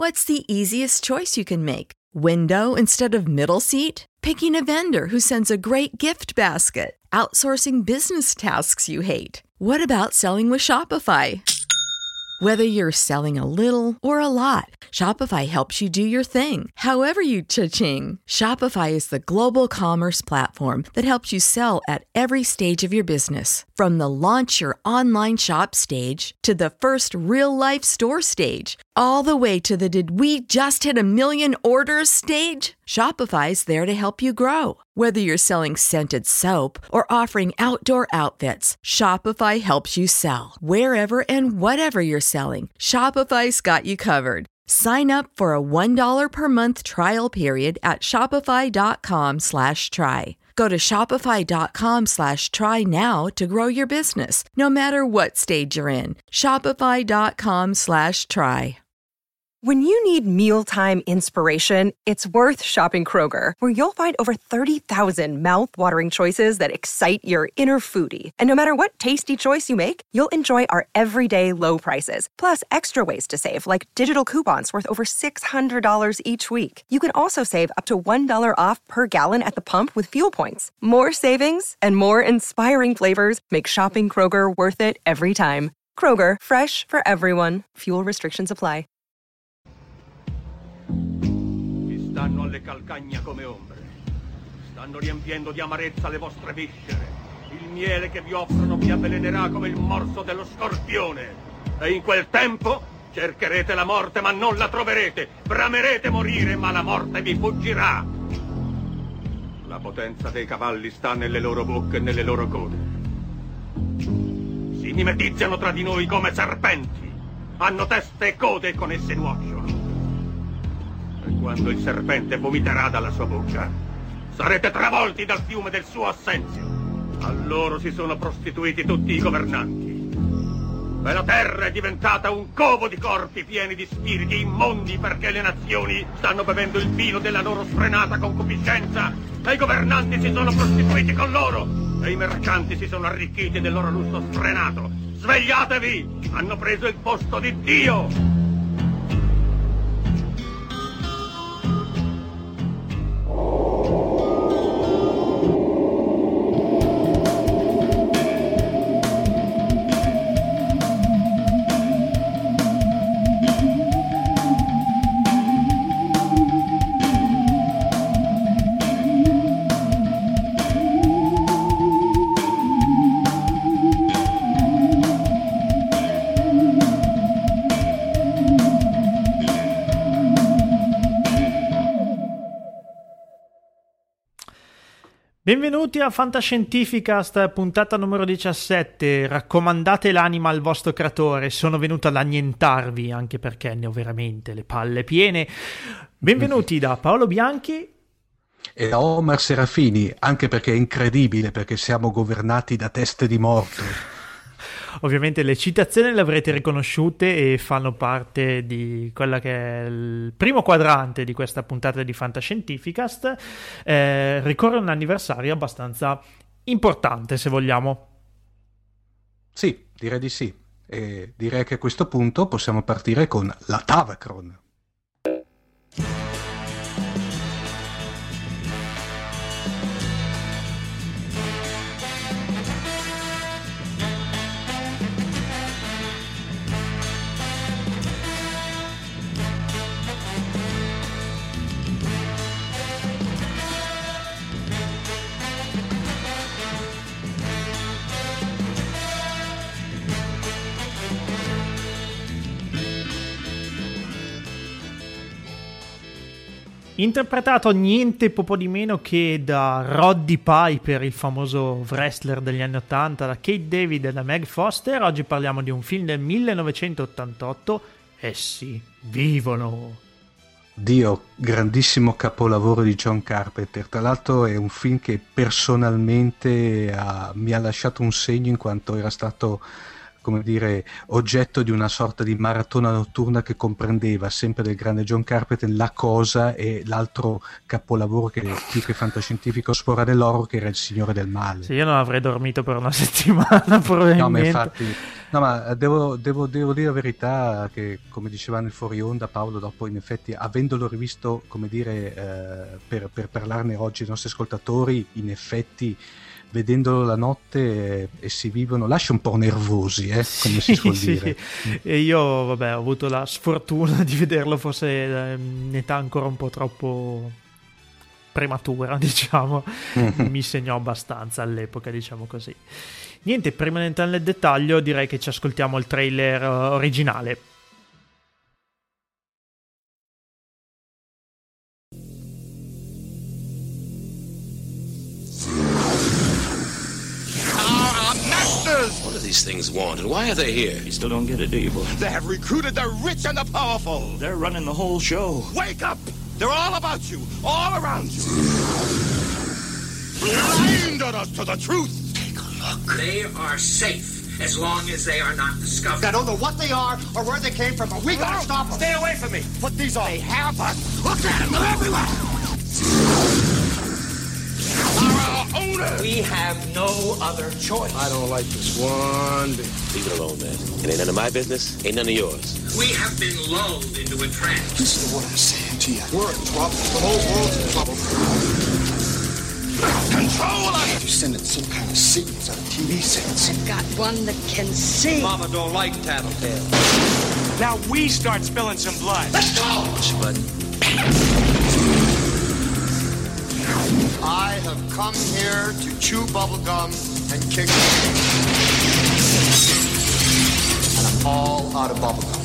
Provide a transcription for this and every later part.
What's the easiest choice you can make? Window instead of middle seat? Picking a vendor who sends a great gift basket? Outsourcing business tasks you hate? What about selling with Shopify? Whether you're selling a little or a lot, Shopify helps you do your thing, however you cha-ching. Shopify is the global commerce platform that helps you sell at every stage of your business. From the launch your online shop stage to the first real-life store stage, all the way to the did we just hit a million orders stage. Shopify's there to help you grow. Whether you're selling scented soap or offering outdoor outfits, Shopify helps you sell. Wherever and whatever you're selling, Shopify's got you covered. Sign up for a $1 per month trial period at shopify.com/try. Go to shopify.com/try now to grow your business, no matter what stage you're in. Shopify.com/try. When you need mealtime inspiration, it's worth shopping Kroger, where you'll find over 30,000 mouth-watering choices that excite your inner foodie. And no matter what tasty choice you make, you'll enjoy our everyday low prices, plus extra ways to save, like digital coupons worth over $600 each week. You can also save up to $1 off per gallon at the pump with fuel points. More savings and more inspiring flavors make shopping Kroger worth it every time. Kroger, fresh for everyone. Fuel restrictions apply. Stanno alle calcagna come ombre. Stanno riempiendo di amarezza le vostre viscere. Il miele che vi offrono vi avvelenerà come il morso dello scorpione. E in quel tempo cercherete la morte ma non la troverete. Bramerete morire ma la morte vi fuggirà. La potenza dei cavalli sta nelle loro bocche e nelle loro code. Si mimetizzano tra di noi come serpenti. Hanno teste e code e con esse nuocciono. E quando il serpente vomiterà dalla sua bocca, sarete travolti dal fiume del suo assenzio. A loro si sono prostituiti tutti i governanti. E la terra è diventata un covo di corpi pieni di spiriti immondi perché le nazioni stanno bevendo il vino della loro sfrenata concupiscenza e i governanti si sono prostituiti con loro e i mercanti si sono arricchiti del loro lusso sfrenato. Svegliatevi! Hanno preso il posto di Dio! Benvenuti a Fantascientificast, puntata numero 17. Raccomandate l'anima al vostro creatore, sono venuto ad annientarvi, anche perché ne ho veramente le palle piene. Benvenuti da Paolo Bianchi e da Omar Serafini, anche perché è incredibile, perché siamo governati da teste di morto. Ovviamente le citazioni le avrete riconosciute e fanno parte di quella che è il primo quadrante di questa puntata di Fantascientificast. Ricorre un anniversario abbastanza importante, se vogliamo. Sì, direi di sì. E direi che a questo punto possiamo partire con la Tavacron. Interpretato niente po' di meno che da Roddy Piper, il famoso wrestler degli anni 80, da Kate David e da Meg Foster. Oggi parliamo di un film del 1988, Essi vivono. Dio, grandissimo capolavoro di John Carpenter. Tra l'altro è un film che personalmente mi ha lasciato un segno, in quanto era stato, come dire, oggetto di una sorta di maratona notturna che comprendeva, sempre del grande John Carpenter, La Cosa e l'altro capolavoro che più che fantascientifico sfora dell'horror, che era Il Signore del Male. Sì, io non avrei dormito per una settimana probabilmente. No, ma infatti No, ma devo dire la verità che, come diceva nel fuori onda Paolo, dopo in effetti, avendolo rivisto, come dire, per parlarne oggi ai nostri ascoltatori, in effetti, vedendolo la notte si vivono, lascia un po' nervosi, come si suol dire. E io, vabbè, ho avuto la sfortuna di vederlo forse in età ancora un po' troppo prematura, diciamo. Mi segnò abbastanza all'epoca, diciamo così. Niente, prima di entrare nel dettaglio direi che ci ascoltiamo il trailer originale. What do these things want, and why are they here? You still don't get it, do you, boy? They have recruited the rich and the powerful. They're running the whole show. Wake up! They're all about you, all around you. Blinded us to the truth. Take a look. They are safe as long as they are not discovered. I don't know what they are or where they came from, but we gotta stop them. Stay away from me. Put these on. They have us. Look at them. They're everywhere. Our owners. We have no other choice. I don't like this one bit. Leave it alone, man. It ain't none of my business. Ain't none of yours. We have been lulled into a trance. Listen to what I'm saying to you. We're in trouble. The whole world's in trouble. Control us! You're sending some kind of signals out of TV sets. I've got one that can see. Mama don't like tattletale. Now we start spilling some blood. Let's go! Push a button. I have come here to chew bubblegum and kick. And I'm all out of bubblegum.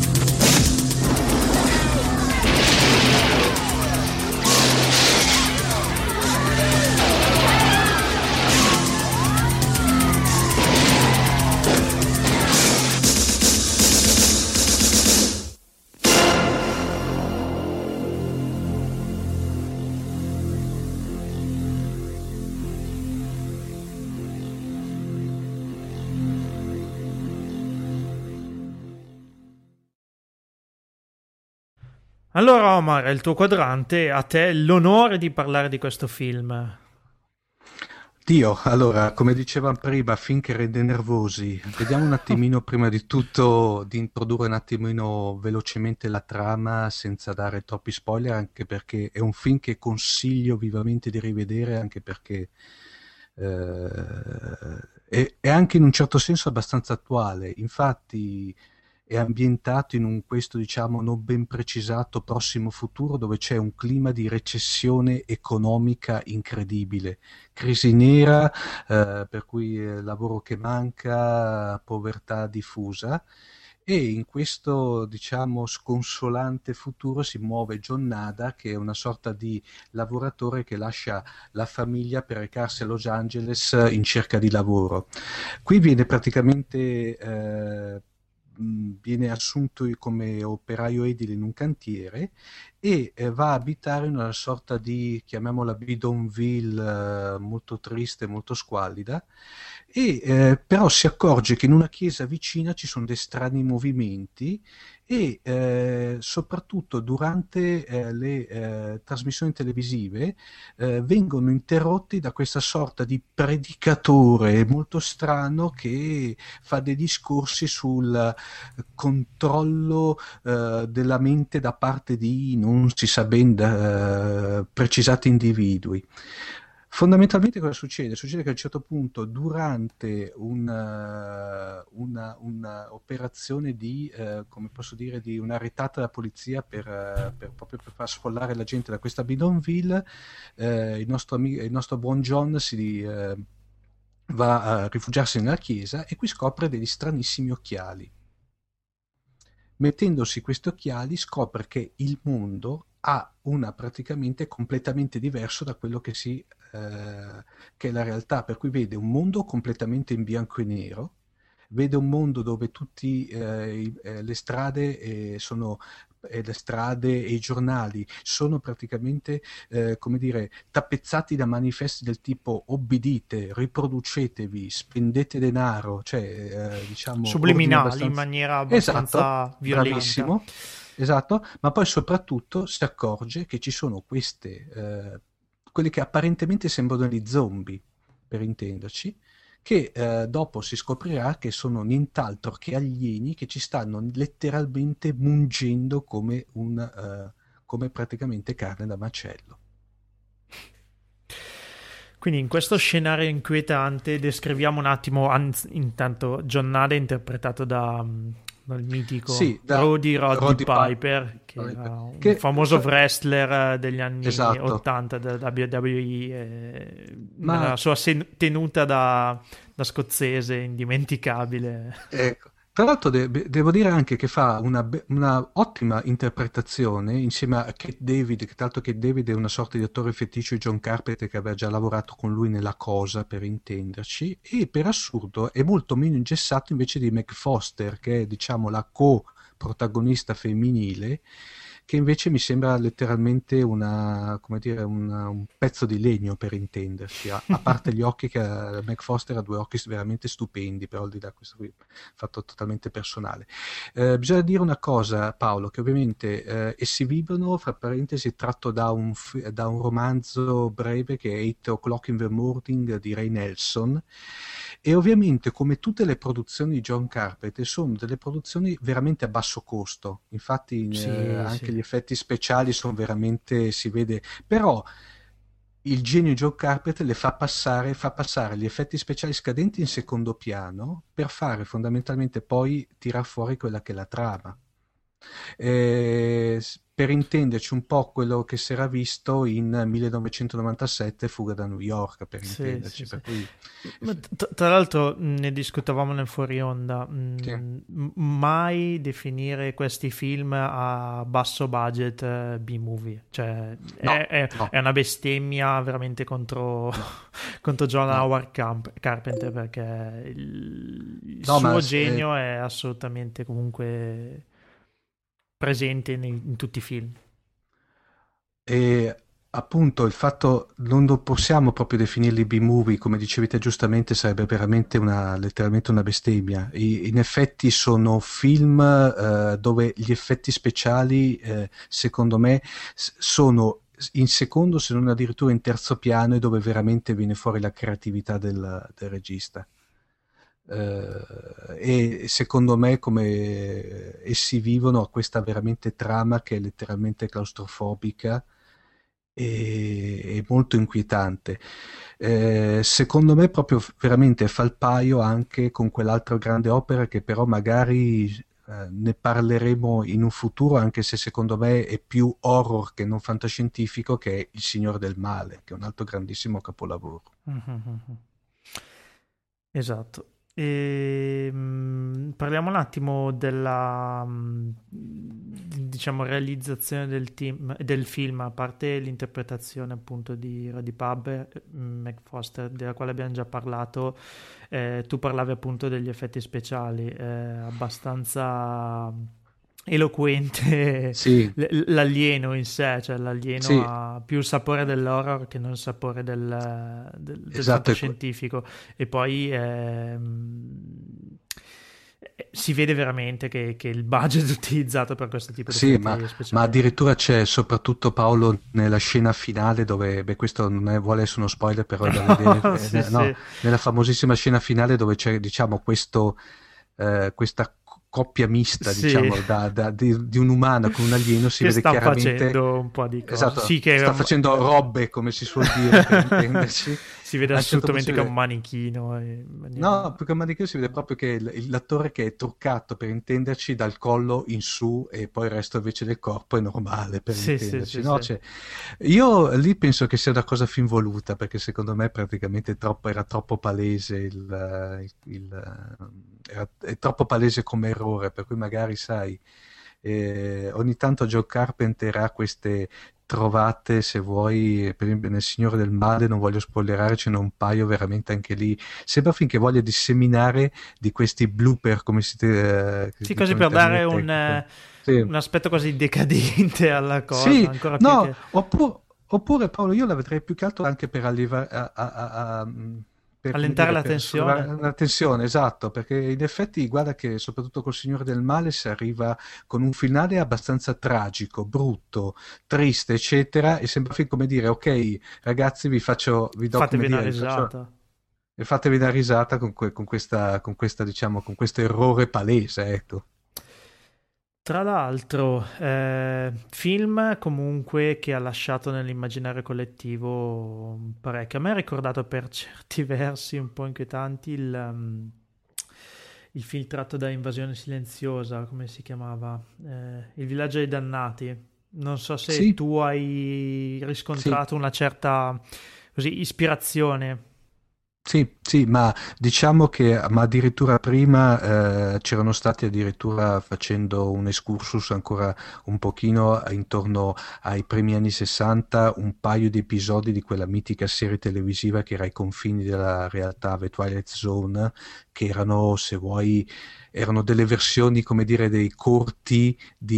Allora Omar, il tuo quadrante, a te l'onore di parlare di questo film. Dio, allora, come dicevamo prima, finché rende nervosi, vediamo un attimino prima di tutto di introdurre un attimino velocemente la trama senza dare troppi spoiler, anche perché è un film che consiglio vivamente di rivedere, anche perché è anche in un certo senso abbastanza attuale. Infatti è ambientato in questo, diciamo, non ben precisato prossimo futuro, dove c'è un clima di recessione economica incredibile, crisi nera, per cui lavoro che manca, povertà diffusa, e in questo, diciamo, sconsolante futuro si muove John Nada, che è una sorta di lavoratore che lascia la famiglia per recarsi a Los Angeles in cerca di lavoro. Qui viene praticamente viene assunto come operaio edile in un cantiere e va a abitare in una sorta di, chiamiamola Bidonville, molto triste, molto squallida, e però si accorge che in una chiesa vicina ci sono dei strani movimenti e soprattutto durante le trasmissioni televisive vengono interrotti da questa sorta di predicatore molto strano che fa dei discorsi sul controllo della mente da parte di non si sa ben precisati individui. Fondamentalmente cosa succede? Succede che a un certo punto, durante una operazione di, come posso dire, di una retata della polizia proprio per far sfollare la gente da questa bidonville, il nostro buon John va a rifugiarsi nella chiesa e qui scopre degli stranissimi occhiali. Mettendosi questi occhiali scopre che il mondo ha una praticamente completamente diverso da quello che che è la realtà, per cui vede un mondo completamente in bianco e nero, vede un mondo dove tutte le strade le strade e i giornali sono praticamente come dire, tappezzati da manifesti del tipo obbedite, riproducetevi, spendete denaro, cioè diciamo subliminali in maniera abbastanza violenta. Bravissimo. Esatto, ma poi soprattutto si accorge che ci sono quelli che apparentemente sembrano gli zombie, per intenderci, che dopo si scoprirà che sono nient'altro che alieni che ci stanno letteralmente mungendo come come praticamente carne da macello. Quindi in questo scenario inquietante descriviamo un attimo, intanto John Nada interpretato dal mitico Roddy Piper, che era un famoso wrestler degli anni 80 da WWE, nella sua tenuta da scozzese indimenticabile. Ecco. Tra l'altro devo dire anche che fa una ottima interpretazione insieme a Kate David, che tra l'altro Kate David è una sorta di attore feticcio di John Carpenter che aveva già lavorato con lui nella Cosa, per intenderci, e per assurdo è molto meno ingessato invece di Meg Foster, che è diciamo la co-protagonista femminile, che invece mi sembra letteralmente un pezzo di legno, per intenderci, a parte gli occhi, che Meg Foster ha due occhi veramente stupendi, però al di là questo qui fatto totalmente personale. Bisogna dire una cosa, Paolo, che ovviamente Essi vivono, fra parentesi, tratto da un romanzo breve che è 8 O'Clock in the Morning di Ray Nelson, e ovviamente come tutte le produzioni di John Carpenter sono delle produzioni veramente a basso costo, infatti anche gli effetti speciali sono veramente, si vede, però il genio John Carpenter le fa passare gli effetti speciali scadenti in secondo piano per fare fondamentalmente poi tirar fuori quella che è la trama. Per intenderci un po' quello che si era visto in 1997 Fuga da New York, per intenderci. Per cui... Ma tra l'altro ne discutevamo nel fuori onda, mai definire questi film a basso budget B-movie, cioè è una bestemmia veramente contro John Howard Carpenter, perché il suo genio è assolutamente comunque presente in tutti i film. E appunto il fatto non possiamo proprio definirli B-movie, come dicevi te giustamente, sarebbe veramente letteralmente una bestemmia. In effetti sono film dove gli effetti speciali secondo me sono in secondo, se non addirittura in terzo piano, e dove veramente viene fuori la creatività del regista. E secondo me, come Essi vivono, questa veramente trama che è letteralmente claustrofobica e molto inquietante. Secondo me proprio veramente fa il paio anche con quell'altra grande opera che però magari ne parleremo in un futuro, anche se secondo me è più horror che non fantascientifico, che è Il Signore del Male, che è un altro grandissimo capolavoro. Esatto. Parliamo un attimo della diciamo realizzazione del film, a parte l'interpretazione appunto di Roddy Piper, Meg Foster, della quale abbiamo già parlato. Tu parlavi appunto degli effetti speciali, abbastanza eloquente l'alieno in sé, cioè l'alieno ha più il sapore dell'horror che non il sapore del fantascientifico, e poi si vede veramente che il budget utilizzato per questo tipo di effetti speciali. Ma addirittura c'è, soprattutto Paolo, nella scena finale dove, questo non vuole essere uno spoiler, però è da vedere, nella famosissima scena finale dove c'è diciamo questa coppia mista, diciamo, di un umano con un alieno, si vede chiaramente sta facendo un po' di cose. Esatto, che sta facendo robe, come si suol dire, per intenderci. Si vede assolutamente che è un manichino. No, più che un manichino si vede proprio che l'attore che è truccato, per intenderci, dal collo in su, e poi il resto invece del corpo è normale, per intenderci. Cioè, io lì penso che sia una cosa fin voluta, perché secondo me praticamente era troppo palese è troppo palese come errore, per cui magari sai, ogni tanto Joe Carpenter ha queste trovate, se vuoi, per esempio nel Signore del Male, non voglio spoilerare, ce n'è un paio veramente anche lì, sembra finché voglia disseminare di questi blooper, come si così per dare un aspetto quasi decadente alla cosa, ancora più che... oppure Paolo, io la vedrei più che altro anche per arrivare allentare la tensione. La tensione, esatto, perché in effetti guarda che soprattutto col Signore del Male si arriva con un finale abbastanza tragico, brutto, triste, eccetera, e sembra come dire, ok ragazzi, vi do fatevi come una dire, risata. E fatevi una risata con questa, diciamo, con questo errore palese, ecco. Tra l'altro, film comunque che ha lasciato nell'immaginario collettivo parecchio. A me ha ricordato per certi versi un po' inquietanti il film tratto da Invasione Silenziosa, come si chiamava? Il Villaggio dei Dannati. Non so se Sì. tu hai riscontrato una certa così, ispirazione. Sì, ma diciamo che ma addirittura prima c'erano stati addirittura facendo un excursus ancora un pochino intorno ai primi anni 60, un paio di episodi di quella mitica serie televisiva che era ai confini della realtà, The Twilight Zone, che erano, se vuoi, erano delle versioni, come dire, dei corti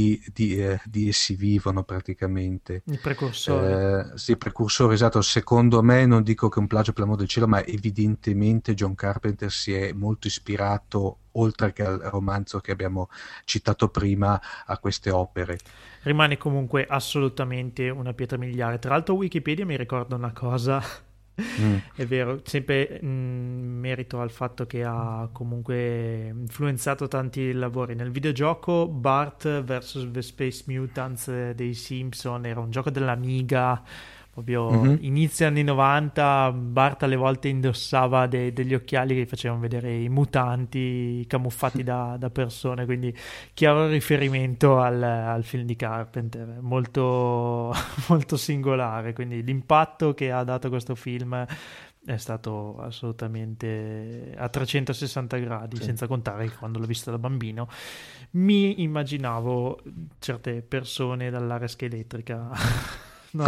di Essi Vivono praticamente. Il precursore. Sì, precursore, esatto. Secondo me, non dico che è un plagio per l'amor del cielo, ma evidentemente John Carpenter si è molto ispirato, oltre che al romanzo che abbiamo citato prima, a queste opere. Rimane comunque assolutamente una pietra miliare. Tra l'altro Wikipedia mi ricorda una cosa, è vero, sempre in merito al fatto che ha comunque influenzato tanti lavori. Nel videogioco Bart vs The Space Mutants dei Simpson era un gioco dell'Amiga, proprio inizio anni 90. Bart alle volte indossava degli occhiali che gli facevano vedere i mutanti camuffati da persone, quindi chiaro riferimento al film di Carpenter, molto, molto singolare. Quindi l'impatto che ha dato questo film è stato assolutamente a 360 gradi, Sì. senza contare che quando l'ho visto da bambino mi immaginavo certe persone dall'area scheletrica. No,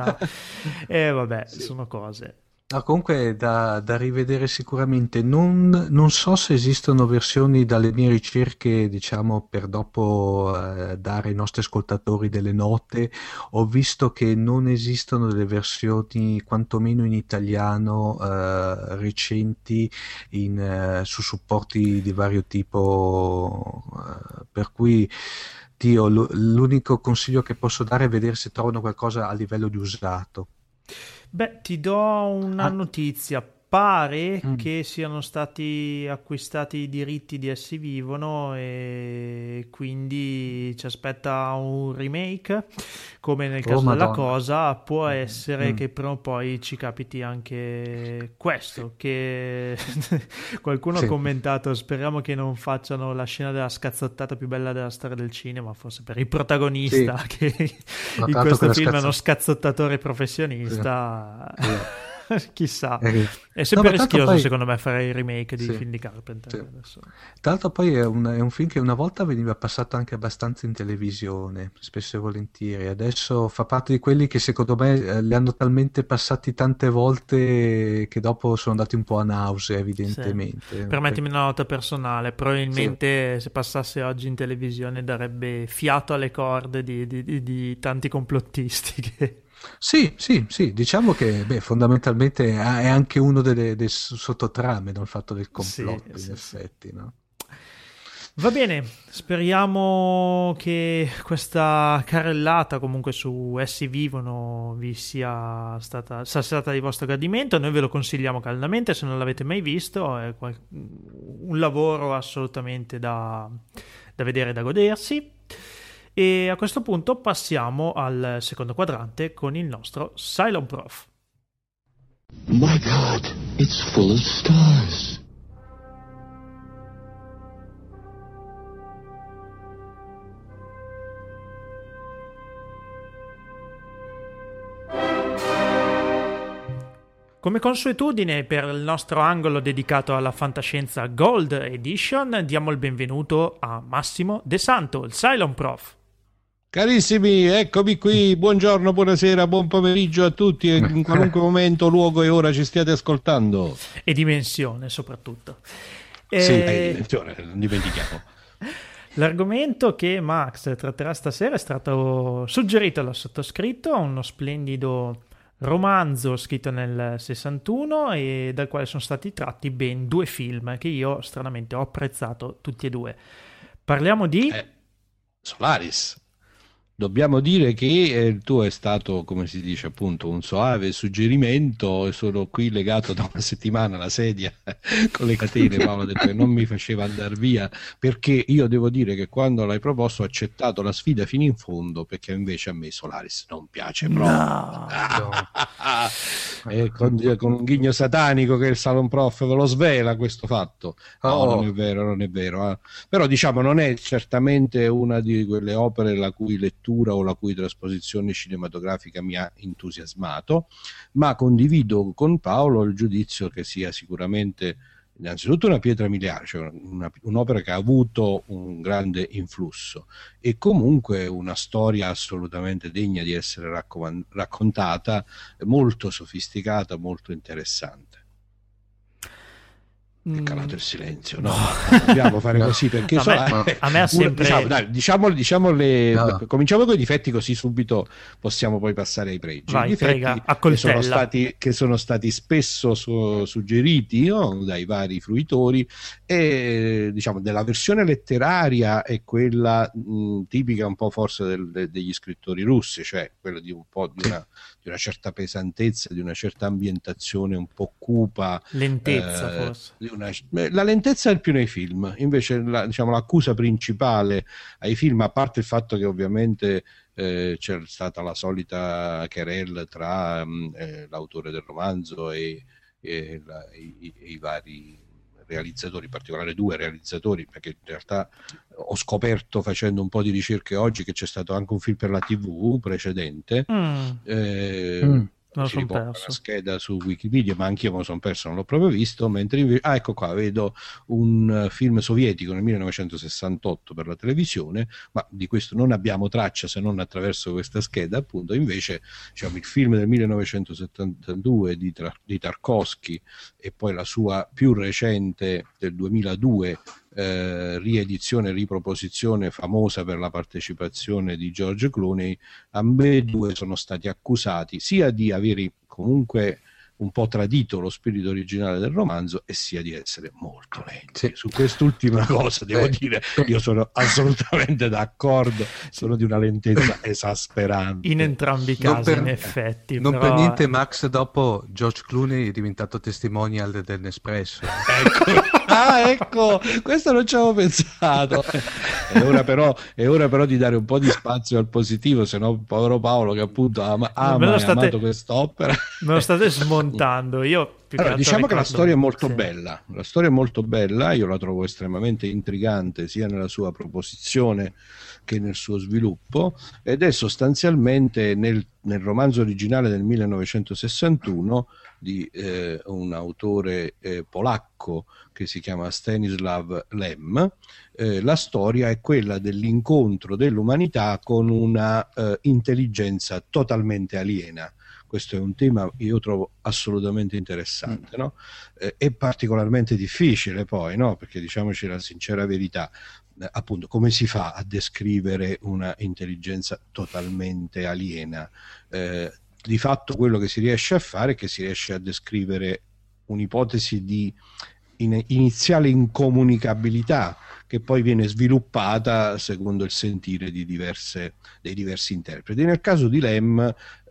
vabbè, Sì. sono cose. No, comunque è da rivedere sicuramente. Non so se esistono versioni dalle mie ricerche, diciamo, per dopo dare ai nostri ascoltatori delle note. Ho visto che non esistono delle versioni, quantomeno in italiano, recenti su supporti di vario tipo, per cui Dio, l'unico consiglio che posso dare è vedere se trovano qualcosa a livello di usato. Beh, ti do una notizia. Pare Mm. che siano stati acquistati i diritti di Essi Vivono e quindi ci aspetta un remake. Come nel caso della Madonna. cosa, può essere Mm. che prima o poi ci capiti anche questo, che qualcuno Sì. ha commentato, speriamo che non facciano la scena della scazzottata più bella della storia del cinema, forse per il protagonista, Sì. che Ma in tra l'altro questo quella film è uno scazzottatore professionista. Chissà, Sì. è sempre No, ma tanto rischioso poi- secondo me fare i remake di Sì. film di Carpenter Sì. adesso. Tra l'altro poi è un film che una volta veniva passato anche abbastanza in televisione, spesso e volentieri. Adesso fa parte di quelli che secondo me li hanno talmente passati tante volte che dopo sono andati un po' a nausea, evidentemente. Permettimi una nota personale, probabilmente se passasse oggi in televisione darebbe fiato alle corde di tanti complottisti che... Sì, diciamo che fondamentalmente è anche uno delle sottotrame, no? Il fatto del complotto, Sì, in effetti, no? Va bene, speriamo che questa carrellata comunque su Essi Vivono vi sia stata di vostro gradimento. Noi ve lo consigliamo caldamente se non l'avete mai visto, è un lavoro assolutamente da vedere e da godersi. E a questo punto passiamo al secondo quadrante con il nostro Cylon Prof. My God, it's full of stars. Come consuetudine, per il nostro angolo dedicato alla fantascienza Gold Edition, diamo il benvenuto a Massimo De Santo, il Cylon Prof. Carissimi, eccomi qui, buongiorno, buonasera, buon pomeriggio a tutti, in qualunque momento, luogo e ora ci stiate ascoltando. E dimensione soprattutto. Non dimentichiamo. L'argomento che Max tratterà stasera è stato suggerito dal sottoscritto, uno splendido romanzo scritto nel 61 e dal quale sono stati tratti ben 2 film che io stranamente ho apprezzato tutti e 2. Parliamo di Solaris. Dobbiamo dire che il tuo è stato, come si dice appunto, un soave suggerimento, e sono qui legato da una settimana alla sedia con le catene, Paolo ha detto che non mi faceva andare via, perché io devo dire che quando l'hai proposto ho accettato la sfida fino in fondo, perché invece a me Solaris non piace proprio. Con un ghigno satanico che il Salon Prof ve lo svela questo fatto. No, non è vero, non è vero. Però diciamo non è certamente una di quelle opere la cui lettura o la cui trasposizione cinematografica mi ha entusiasmato, ma condivido con Paolo il giudizio che sia sicuramente innanzitutto una pietra miliare, cioè un'opera che ha avuto un grande influsso e comunque una storia assolutamente degna di essere raccontata, molto sofisticata, molto interessante. È calato il silenzio, no? Dobbiamo fare così perché a me ha sempre diciamo cominciamo con i difetti, così subito possiamo poi passare ai pregi. Vai, I difetti che sono stati spesso suggeriti, no? Dai vari fruitori, e diciamo della versione letteraria è quella tipica un po' forse degli scrittori russi, cioè quella di un po' di una certa pesantezza, di una certa ambientazione un po' cupa, lentezza forse. La lentezza è più nei film, invece l'accusa principale ai film, a parte il fatto che ovviamente c'è stata la solita querelle tra l'autore del romanzo e i vari realizzatori, in particolare 2 realizzatori, perché in realtà ho scoperto facendo un po' di ricerche oggi che c'è stato anche un film per la TV precedente. Si riporta la scheda su Wikipedia, ma anch'io me lo sono perso, non l'ho proprio visto, mentre invece, ecco qua, vedo un film sovietico nel 1968 per la televisione, ma di questo non abbiamo traccia se non attraverso questa scheda, appunto. Invece diciamo il film del 1972 di Tarkovsky e poi la sua più recente del 2002 riedizione, riproposizione famosa per la partecipazione di George Clooney, ambedue sono stati accusati sia di avere comunque un po' tradito lo spirito originale del romanzo e sia di essere molto lenti. Sì. Su quest'ultima cosa devo dire io sono assolutamente d'accordo, sono di una lentezza esasperante in entrambi i casi, in effetti. Non per niente Max dopo George Clooney è diventato testimonial del Nespresso. Ecco, questo non ci avevo pensato. È ora però di dare un po' di spazio al positivo, se no povero Paolo che appunto ama amato quest'opera. Me lo state smontando. Io diciamo che la storia è molto bella. La storia è molto bella, io la trovo estremamente intrigante sia nella sua proposizione che nel suo sviluppo, ed è sostanzialmente nel romanzo originale del 1961 di un autore polacco che si chiama Stanisław Lem. La storia è quella dell'incontro dell'umanità con una intelligenza totalmente aliena. Questo è un tema che io trovo assolutamente interessante, no? È particolarmente difficile poi, no? Perché diciamoci la sincera verità, appunto, come si fa a descrivere una intelligenza totalmente aliena? Di fatto quello che si riesce a fare è che si riesce a descrivere un'ipotesi di iniziale incomunicabilità che poi viene sviluppata secondo il sentire dei diversi interpreti. Nel caso di Lem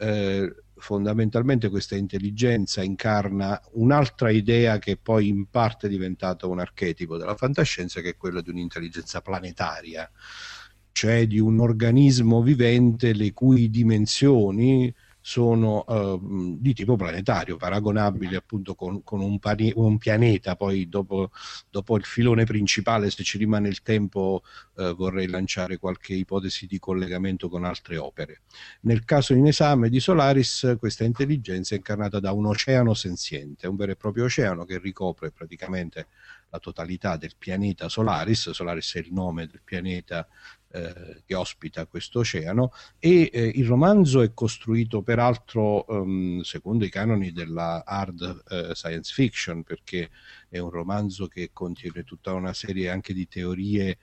fondamentalmente questa intelligenza incarna un'altra idea che poi in parte è diventata un archetipo della fantascienza, che è quella di un'intelligenza planetaria, cioè di un organismo vivente le cui dimensioni sono di tipo planetario, paragonabili appunto con un pianeta. Poi dopo il filone principale, se ci rimane il tempo, vorrei lanciare qualche ipotesi di collegamento con altre opere. Nel caso in esame di Solaris, questa intelligenza è incarnata da un oceano senziente, un vero e proprio oceano che ricopre praticamente la totalità del pianeta Solaris. Solaris è il nome del pianeta che ospita questo oceano, e il romanzo è costruito peraltro secondo i canoni della hard science fiction, perché è un romanzo che contiene tutta una serie anche di teorie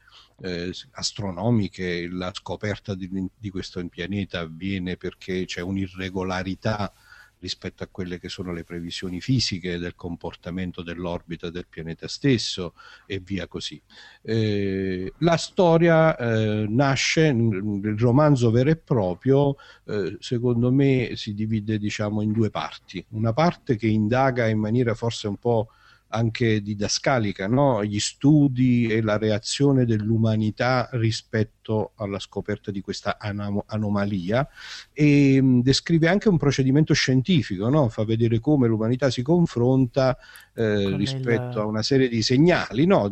astronomiche. La scoperta di questo pianeta avviene perché c'è un'irregolarità rispetto a quelle che sono le previsioni fisiche del comportamento dell'orbita del pianeta stesso e via così. La storia nasce, il romanzo vero e proprio, secondo me si divide, diciamo, in due parti. Una parte che indaga in maniera forse un po' anche didascalica, no? Gli studi e la reazione dell'umanità rispetto alla scoperta di questa anomalia, e descrive anche un procedimento scientifico, no? Fa vedere come l'umanità si confronta rispetto a una serie di segnali, no?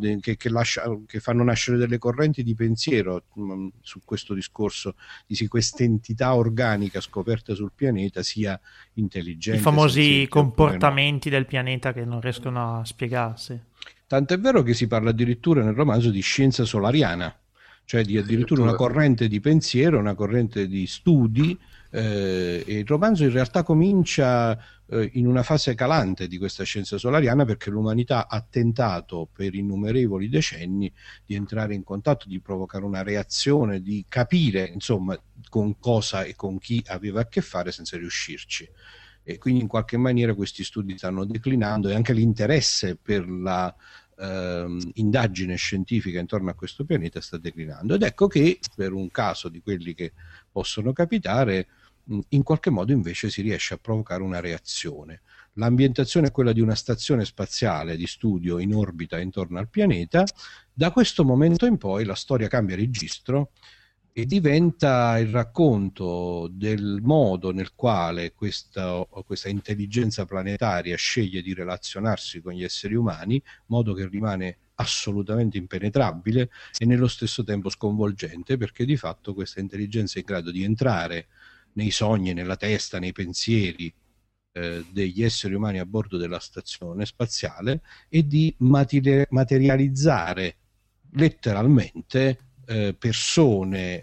che fanno nascere delle correnti di pensiero su questo discorso di se questa entità organica scoperta sul pianeta sia intelligente. I famosi comportamenti del pianeta che non riescono a spiegarsi. Tanto è vero che si parla addirittura nel romanzo di scienza solariana, cioè di addirittura una corrente di pensiero, una corrente di studi, e il romanzo in realtà comincia in una fase calante di questa scienza solariana, perché l'umanità ha tentato per innumerevoli decenni di entrare in contatto, di provocare una reazione, di capire insomma con cosa e con chi aveva a che fare senza riuscirci. E quindi in qualche maniera questi studi stanno declinando, e anche l'interesse per la indagine scientifica intorno a questo pianeta sta declinando, ed ecco che per un caso di quelli che possono capitare, in qualche modo invece si riesce a provocare una reazione. L'ambientazione è quella di una stazione spaziale di studio in orbita intorno al pianeta. Da questo momento in poi la storia cambia registro e diventa il racconto del modo nel quale questa intelligenza planetaria sceglie di relazionarsi con gli esseri umani, modo che rimane assolutamente impenetrabile e nello stesso tempo sconvolgente, perché di fatto questa intelligenza è in grado di entrare nei sogni, nella testa, nei pensieri degli esseri umani a bordo della stazione spaziale e di materializzare letteralmente persone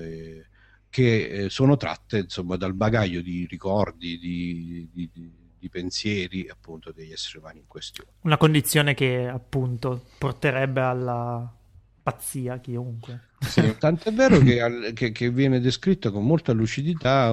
che sono tratte insomma dal bagaglio di ricordi, di pensieri appunto degli esseri umani in questione. Una condizione che appunto porterebbe alla pazzia chiunque. Sì, tanto è vero che viene descritto con molta lucidità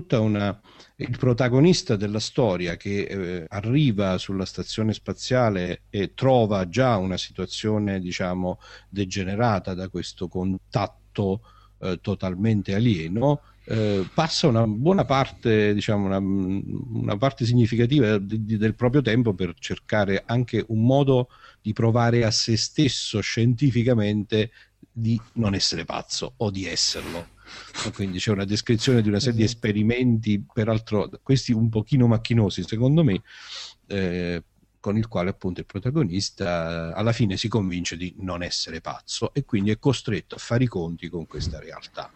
il protagonista della storia che arriva sulla stazione spaziale e trova già una situazione, diciamo, degenerata da questo contatto totalmente alieno. Passa una buona parte, diciamo, una parte significativa del proprio tempo per cercare anche un modo di provare a se stesso scientificamente di non essere pazzo o di esserlo. Quindi c'è una descrizione di una serie di esperimenti, peraltro questi un pochino macchinosi secondo me, con il quale appunto il protagonista alla fine si convince di non essere pazzo e quindi è costretto a fare i conti con questa realtà.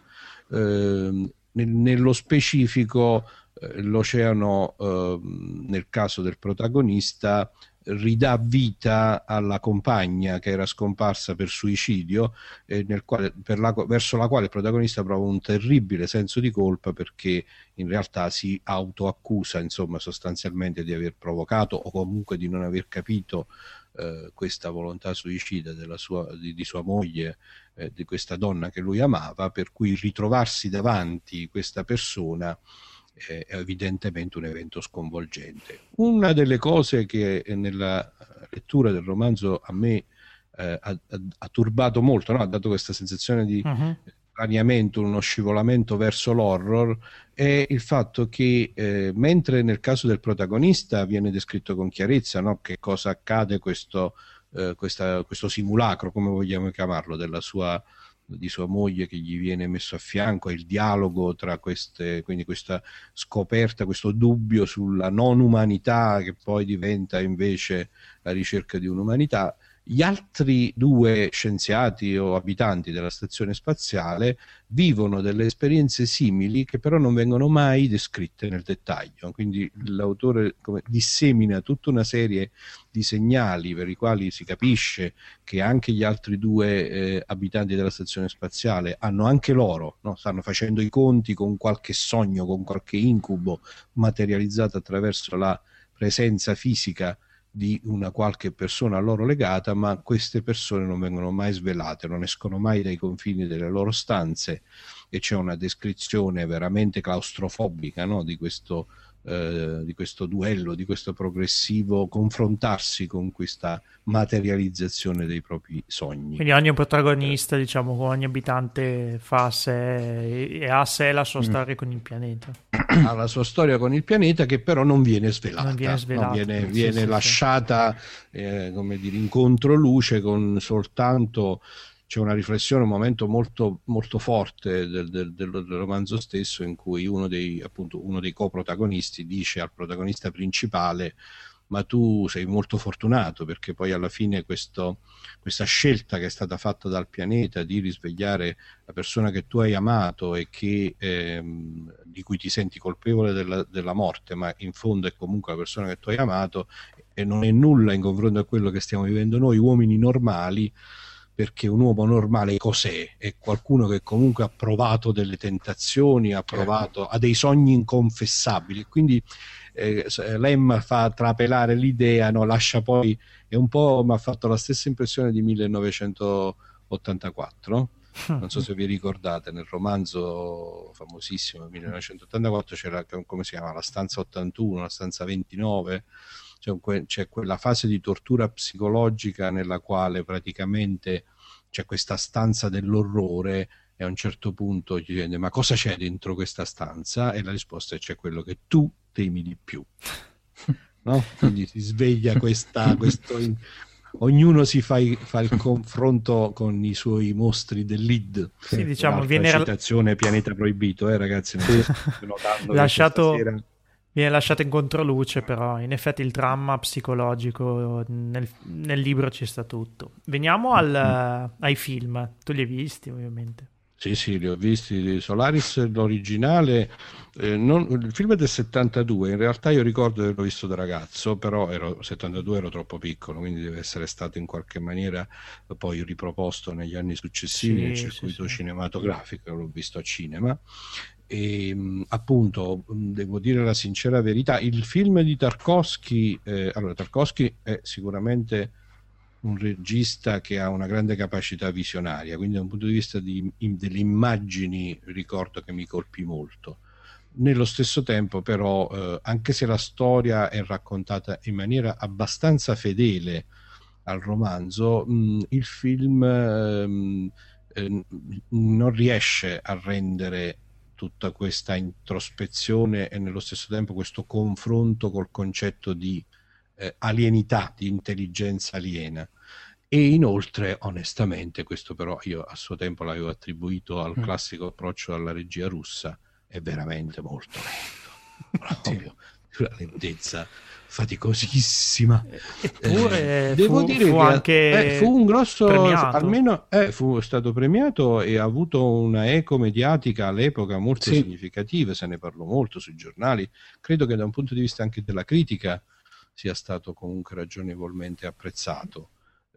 Nello specifico l'oceano, nel caso del protagonista, ridà vita alla compagna che era scomparsa per suicidio, verso la quale il protagonista prova un terribile senso di colpa, perché in realtà si autoaccusa, insomma, sostanzialmente di aver provocato o comunque di non aver capito questa volontà suicida di sua moglie, di questa donna che lui amava, per cui ritrovarsi davanti questa persona è evidentemente un evento sconvolgente. Una delle cose che nella lettura del romanzo a me ha turbato molto, no? Ha dato questa sensazione di straniamento, uno scivolamento verso l'horror, è il fatto che mentre nel caso del protagonista viene descritto con chiarezza, no? Che cosa accade questo simulacro, come vogliamo chiamarlo, di sua moglie che gli viene messo a fianco, e il dialogo tra quindi questa scoperta, questo dubbio sulla non umanità che poi diventa invece la ricerca di un'umanità. Gli altri due scienziati o abitanti della stazione spaziale vivono delle esperienze simili che però non vengono mai descritte nel dettaglio, quindi l'autore dissemina tutta una serie di segnali per i quali si capisce che anche gli altri due abitanti della stazione spaziale hanno anche loro, no? Stanno facendo i conti con qualche sogno, con qualche incubo materializzato attraverso la presenza fisica di una qualche persona a loro legata, ma queste persone non vengono mai svelate, non escono mai dai confini delle loro stanze che c'è una descrizione veramente claustrofobica, no? Di questo duello, di questo progressivo confrontarsi con questa materializzazione dei propri sogni. Quindi ogni protagonista, diciamo, ogni abitante fa a sé e ha a sé la sua storia con il pianeta. Ha la sua storia con il pianeta, che però non viene svelata, viene lasciata come dire, in controluce, con soltanto c'è una riflessione, un momento molto, molto forte del romanzo stesso, in cui uno dei coprotagonisti dice al protagonista principale: ma tu sei molto fortunato, perché poi alla fine questa scelta che è stata fatta dal pianeta di risvegliare la persona che tu hai amato e che di cui ti senti colpevole della morte, ma in fondo è comunque la persona che tu hai amato, e non è nulla in confronto a quello che stiamo vivendo noi uomini normali. Perché un uomo normale cos'è? È qualcuno che comunque ha provato delle tentazioni, ha dei sogni inconfessabili. Quindi Lem fa trapelare l'idea, no? Lascia poi, è un po', mi ha fatto la stessa impressione di 1984. Non so se vi ricordate, nel romanzo famosissimo 1984 c'era, come si chiama, la stanza 81, la stanza 29. C'è quella fase di tortura psicologica nella quale praticamente c'è questa stanza dell'orrore, e a un certo punto gli chiede: ma cosa c'è dentro questa stanza? E la risposta è: c'è quello che tu temi di più. No? Quindi si sveglia ognuno si fa il confronto con i suoi mostri dell'id. Sì, diciamo, viene citazione Pianeta Proibito, ragazzi, non so se notando viene lasciato in controluce, però in effetti il dramma psicologico nel libro ci sta tutto. Veniamo ai film. Tu li hai visti, ovviamente? Sì, li ho visti. Solaris, l'originale, il film è del 72, in realtà io ricordo di averlo visto da ragazzo, però 72 ero troppo piccolo, quindi deve essere stato in qualche maniera poi riproposto negli anni successivi nel circuito cinematografico, l'ho visto a cinema. E appunto, devo dire la sincera verità, il film di Tarkovsky, Tarkovsky è sicuramente un regista che ha una grande capacità visionaria, quindi da un punto di vista delle immagini ricordo che mi colpì molto. Nello stesso tempo però, anche se la storia è raccontata in maniera abbastanza fedele al romanzo, il film non riesce a rendere tutta questa introspezione e nello stesso tempo questo confronto col concetto di alienità, di intelligenza aliena. E inoltre, onestamente, questo però io a suo tempo l'avevo attribuito al classico approccio alla regia russa, è veramente molto lento, proprio una lentezza faticosissima. Eppure devo dire che fu un grosso premiato. Almeno fu stato premiato e ha avuto una eco mediatica all'epoca molto significativa, se ne parlò molto sui giornali. Credo che da un punto di vista anche della critica sia stato comunque ragionevolmente apprezzato,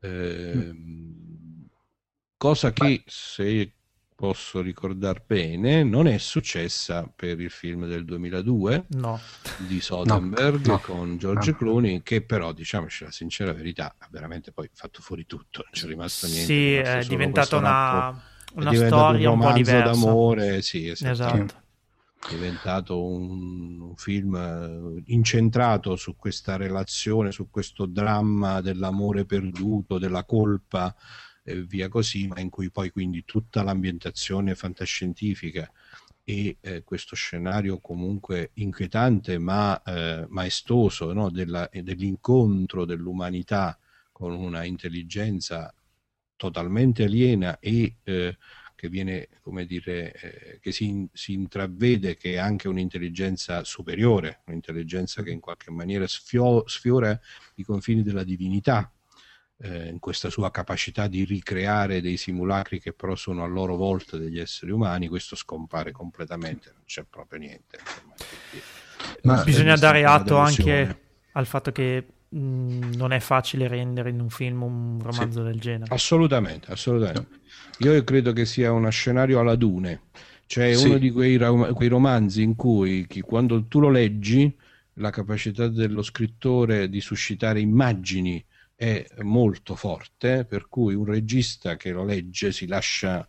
cosa che, se posso ricordar bene, non è successa per il film del 2002 di Soderbergh con George Clooney, che però, diciamoci la sincera verità, ha veramente poi fatto fuori tutto, non c'è rimasto niente. Sì, è diventata una storia un po' diversa d'amore, esatto. È diventato un film incentrato su questa relazione, su questo dramma dell'amore perduto, della colpa e via così, ma in cui poi quindi tutta l'ambientazione fantascientifica e questo scenario comunque inquietante ma maestoso, no? Dell'incontro dell'umanità con una intelligenza totalmente aliena e che viene, come dire, che si intravede che è anche un'intelligenza superiore, un'intelligenza che in qualche maniera sfiora i confini della divinità, in questa sua capacità di ricreare dei simulacri che però sono a loro volta degli esseri umani. Questo scompare completamente, non c'è proprio niente. Ma bisogna dare atto anche al fatto che non è facile rendere in un film un romanzo del genere. Assolutamente. Io credo che sia uno scenario alla Dune, cioè uno di quei romanzi in cui quando tu lo leggi la capacità dello scrittore di suscitare immagini è molto forte, per cui un regista che lo legge si lascia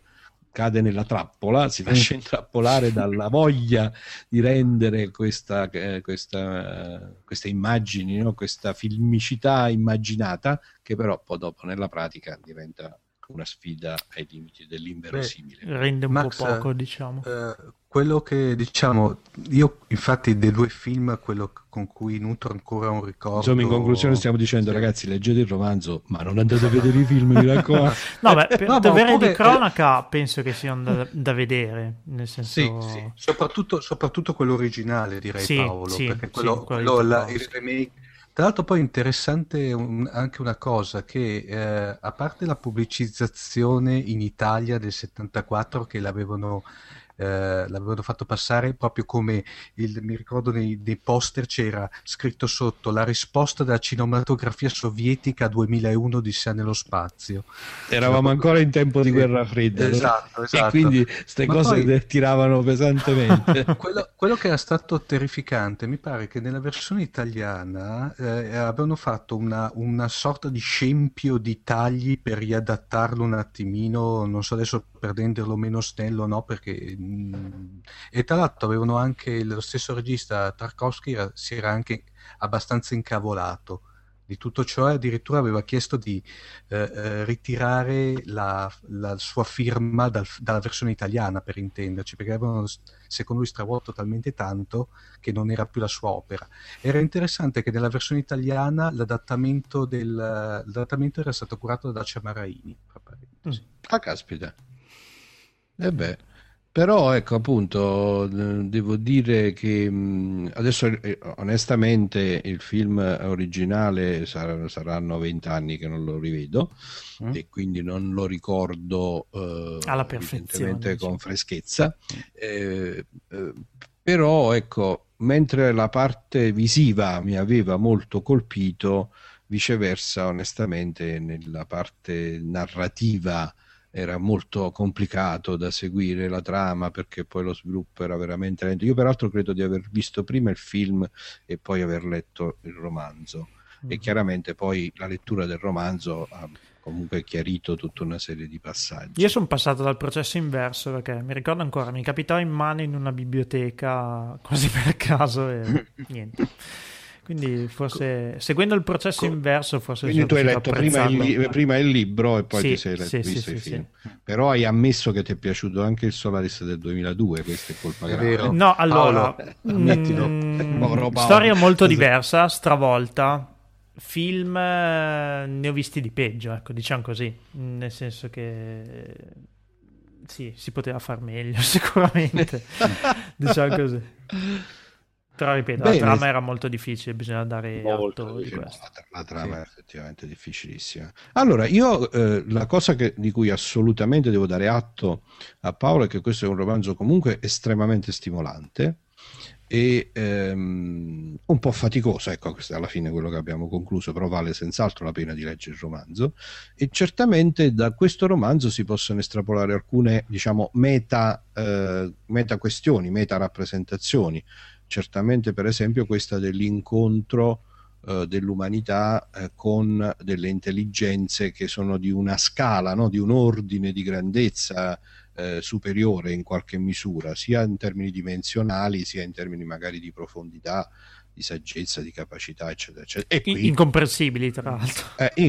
cade nella trappola, si lascia intrappolare dalla voglia di rendere queste immagini, no? Questa filmicità immaginata, che però poi dopo nella pratica diventa una sfida ai limiti dell'inverosimile. Rende un po' poco, diciamo. Quello che diciamo, io infatti dei due film, quello con cui nutro ancora un ricordo. Insomma, in conclusione stiamo dicendo, ragazzi, leggete il romanzo, ma non andate a vedere i film, mi raccomando. No, beh, per dovere di cronaca penso che siano da vedere, nel senso... Sì. Soprattutto quello originale, direi, Paolo, perché quello il remake. Tra l'altro poi interessante anche una cosa, che a parte la pubblicizzazione in Italia del 74 che l'avevano fatto passare proprio come mi ricordo nei poster c'era scritto sotto la risposta della cinematografia sovietica a 2001 Odissea nello spazio. Eravamo ancora in tempo di guerra fredda, esatto. E quindi queste cose poi tiravano pesantemente. Quello che era stato terrificante, mi pare che nella versione italiana avevano fatto una sorta di scempio di tagli per riadattarlo un attimino, non so adesso per renderlo meno snello, no, perché e tra l'altro avevano anche lo stesso regista Tarkovsky si era anche abbastanza incavolato di tutto ciò e addirittura aveva chiesto di ritirare la sua firma dalla versione italiana, per intenderci, perché avevano secondo lui stravolto talmente tanto che non era più la sua opera. Era interessante che nella versione italiana l'adattamento era stato curato da Dacia Maraini. Ah, caspita. Però ecco, appunto, devo dire che adesso onestamente il film originale saranno 20 anni che non lo rivedo e quindi non lo ricordo alla perfezione con freschezza, però ecco, mentre la parte visiva mi aveva molto colpito, viceversa onestamente nella parte narrativa era molto complicato da seguire la trama, perché poi lo sviluppo era veramente lento. Io peraltro credo di aver visto prima il film e poi aver letto il romanzo, e chiaramente poi la lettura del romanzo ha comunque chiarito tutta una serie di passaggi. Io sono passato dal processo inverso, perché mi ricordo ancora, mi capitò in mano in una biblioteca quasi per caso e niente. Quindi forse seguendo il processo inverso forse. Quindi tu hai letto prima il libro e poi ti sei visto il film. Però hai ammesso che ti è piaciuto anche il Solaris del 2002, questa è colpa grave. No, allora storia molto diversa, stravolta. Film ne ho visti di peggio, ecco, diciamo così, nel senso che sì, si poteva far meglio sicuramente. Diciamo così. Però ripeto, la trama era molto difficile, bisogna dare atto di questo. La trama è effettivamente difficilissima. Allora, io la cosa di cui assolutamente devo dare atto a Paolo è che questo è un romanzo comunque estremamente stimolante e un po' faticoso, ecco, questo è alla fine quello che abbiamo concluso, però vale senz'altro la pena di leggere il romanzo, e certamente da questo romanzo si possono estrapolare alcune, diciamo, meta questioni, meta rappresentazioni. Certamente, per esempio, questa dell'incontro dell'umanità con delle intelligenze che sono di una scala, no? Di un ordine di grandezza superiore in qualche misura, sia in termini dimensionali, sia in termini magari di profondità, di saggezza, di capacità, eccetera, eccetera. E qui, incomprensibili, tra l'altro.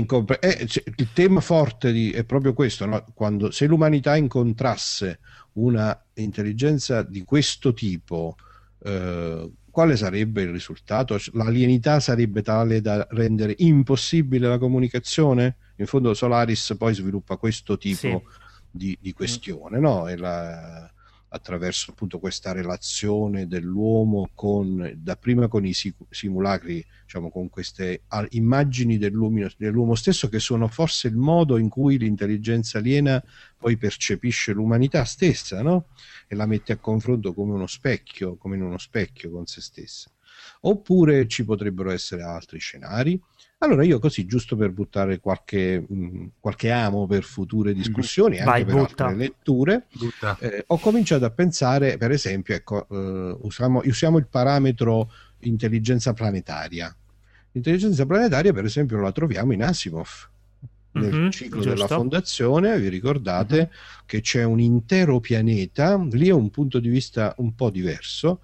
Il tema forte è proprio questo, no? Se l'umanità incontrasse una intelligenza di questo tipo, quale sarebbe il risultato? L'alienità sarebbe tale da rendere impossibile la comunicazione? In fondo Solaris poi sviluppa questo tipo di questione, no? Attraverso appunto questa relazione dell'uomo dapprima con i simulacri, diciamo, con queste immagini dell'uomo stesso, che sono forse il modo in cui l'intelligenza aliena poi percepisce l'umanità stessa, no? E la mette a confronto come in uno specchio con se stessa. Oppure ci potrebbero essere altri scenari. Allora io così, giusto per buttare qualche amo per future discussioni, anche per altre letture, ho cominciato a pensare, per esempio, ecco, usiamo il parametro intelligenza planetaria. L'intelligenza planetaria, per esempio, la troviamo in Asimov. nel ciclo giusto. della fondazione, vi ricordate che c'è un intero pianeta, lì è un punto di vista un po' diverso,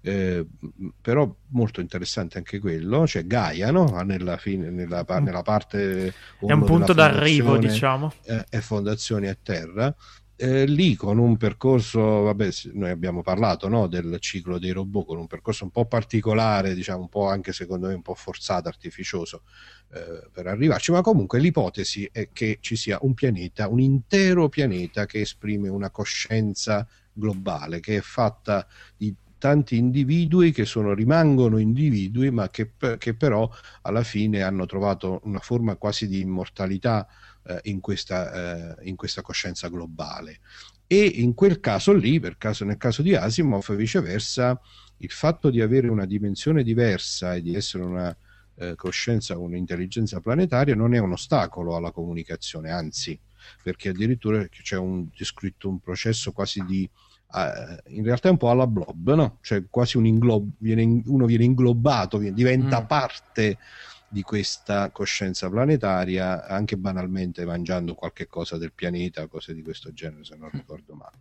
però molto interessante anche quello, c'è Gaia, no? Nella parte è un punto d'arrivo, diciamo, e fondazioni a terra. Lì con un percorso, vabbè, noi abbiamo parlato, no, del ciclo dei robot, con un percorso un po' particolare, diciamo un po' anche secondo me un po' forzato, artificioso, per arrivarci, ma comunque l'ipotesi è che ci sia un pianeta, un intero pianeta che esprime una coscienza globale, che è fatta di tanti individui che rimangono individui, ma che però alla fine hanno trovato una forma quasi di immortalità in questa coscienza globale. E in quel caso lì, nel caso di Asimov, viceversa, il fatto di avere una dimensione diversa e di essere una coscienza, un'intelligenza planetaria non è un ostacolo alla comunicazione, anzi, perché addirittura c'è descritto un processo quasi di in realtà è un po' alla Blob, no? Cioè quasi uno viene inglobato, diventa parte di questa coscienza planetaria, anche banalmente mangiando qualche cosa del pianeta, cose di questo genere, se non ricordo male.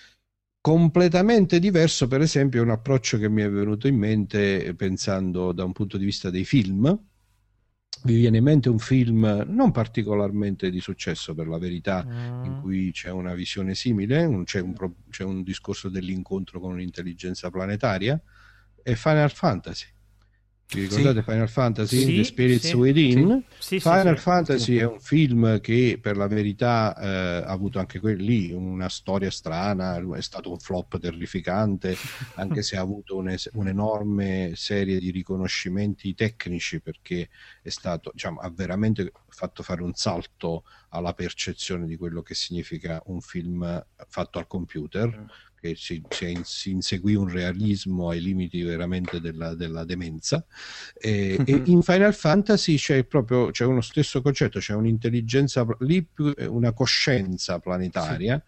Completamente diverso, per esempio, è un approccio che mi è venuto in mente pensando da un punto di vista dei film. Vi viene in mente un film non particolarmente di successo, per la verità, in cui c'è una visione simile, c'è un discorso dell'incontro con un'intelligenza planetaria? È Final Fantasy. Vi ricordate Final Fantasy? Sì, The Spirits sì, Within? sì. Final Fantasy è un film che per la verità ha avuto anche lì una storia strana, è stato un flop terrificante, anche se ha avuto un'enorme serie di riconoscimenti tecnici, perché è stato, diciamo, ha veramente fatto fare un salto alla percezione di quello che significa un film fatto al computer, che si inseguì un realismo ai limiti veramente della demenza, e in Final Fantasy c'è uno stesso concetto, c'è un'intelligenza lì, più una coscienza planetaria.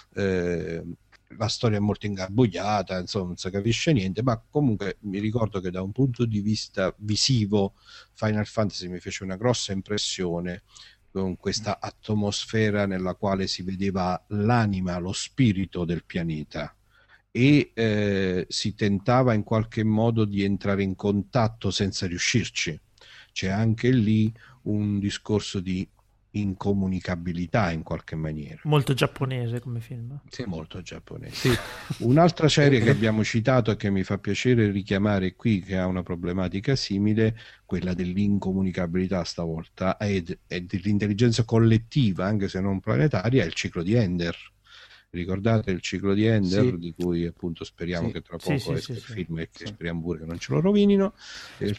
La storia è molto ingarbugliata, insomma non si capisce niente, ma comunque mi ricordo che da un punto di vista visivo Final Fantasy mi fece una grossa impressione, con questa atmosfera nella quale si vedeva l'anima, lo spirito del pianeta, e si tentava in qualche modo di entrare in contatto senza riuscirci. C'è anche lì un discorso di incomunicabilità in qualche maniera. Molto giapponese come film. Sì, molto giapponese. Sì. Un'altra serie che abbiamo citato e che mi fa piacere richiamare qui, che ha una problematica simile, quella dell'incomunicabilità stavolta, e dell'intelligenza collettiva, anche se non planetaria, è il ciclo di Ender. Ricordate il ciclo di Ender, sì, di cui appunto speriamo che tra poco esca il film, e che speriamo pure che non ce lo rovinino. Nel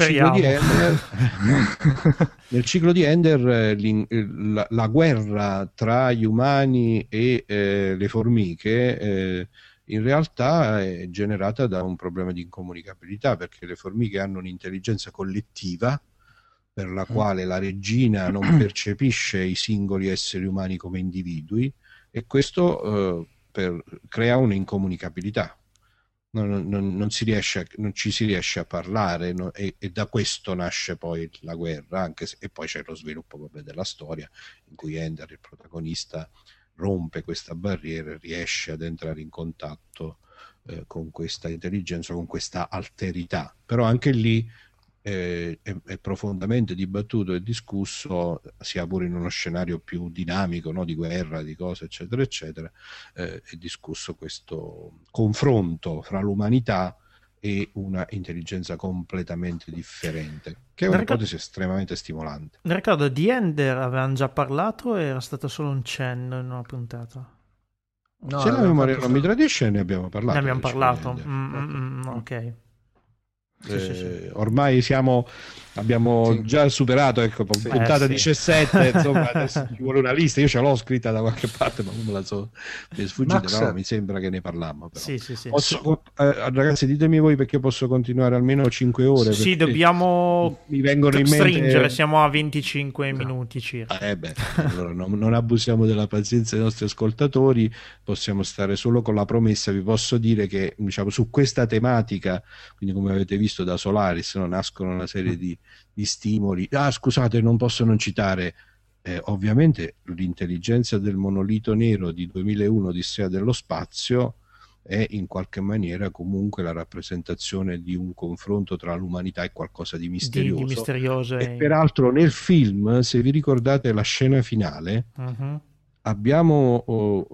ciclo di Ender la guerra tra gli umani e le formiche in realtà è generata da un problema di incomunicabilità, perché le formiche hanno un'intelligenza collettiva per la quale la regina non percepisce i singoli esseri umani come individui, e questo crea un'incomunicabilità. Non ci si riesce a parlare, e da questo nasce poi la guerra, anche se, e poi c'è lo sviluppo della storia, in cui Ender, il protagonista, rompe questa barriera e riesce ad entrare in contatto con questa intelligenza, con questa alterità. Però anche lì è profondamente dibattuto e discusso, sia pure in uno scenario più dinamico, no? Di guerra, di cose eccetera eccetera, è discusso questo confronto fra l'umanità e una intelligenza completamente differente, che è un'ipotesi estremamente stimolante. Mi ricordo di Ender avevamo già parlato, era stato solo un cenno in una puntata. No, se la memoria non mi tradisce, ne abbiamo parlato. Ne abbiamo parlato, ok. Sì. Ormai abbiamo già superato, puntata 17, insomma adesso ci vuole una lista, io ce l'ho scritta da qualche parte ma non me la so, mi è sfuggita. Max, no, mi sembra che ne parlammo però. Sì. Ragazzi, ditemi voi, perché posso continuare almeno 5 ore. Sì, dobbiamo mi vengono in mente... stringere, siamo a 25 minuti circa. Allora non abusiamo della pazienza dei nostri ascoltatori, possiamo stare solo con la promessa. Vi posso dire che, diciamo, su questa tematica, quindi come avete visto da Solaris, nascono una serie di stimoli. Scusate, non posso non citare ovviamente l'intelligenza del monolito nero di 2001 Odissea dello spazio è in qualche maniera comunque la rappresentazione di un confronto tra l'umanità e qualcosa di misterioso. Di misterioso e peraltro nel film, se vi ricordate la scena finale, abbiamo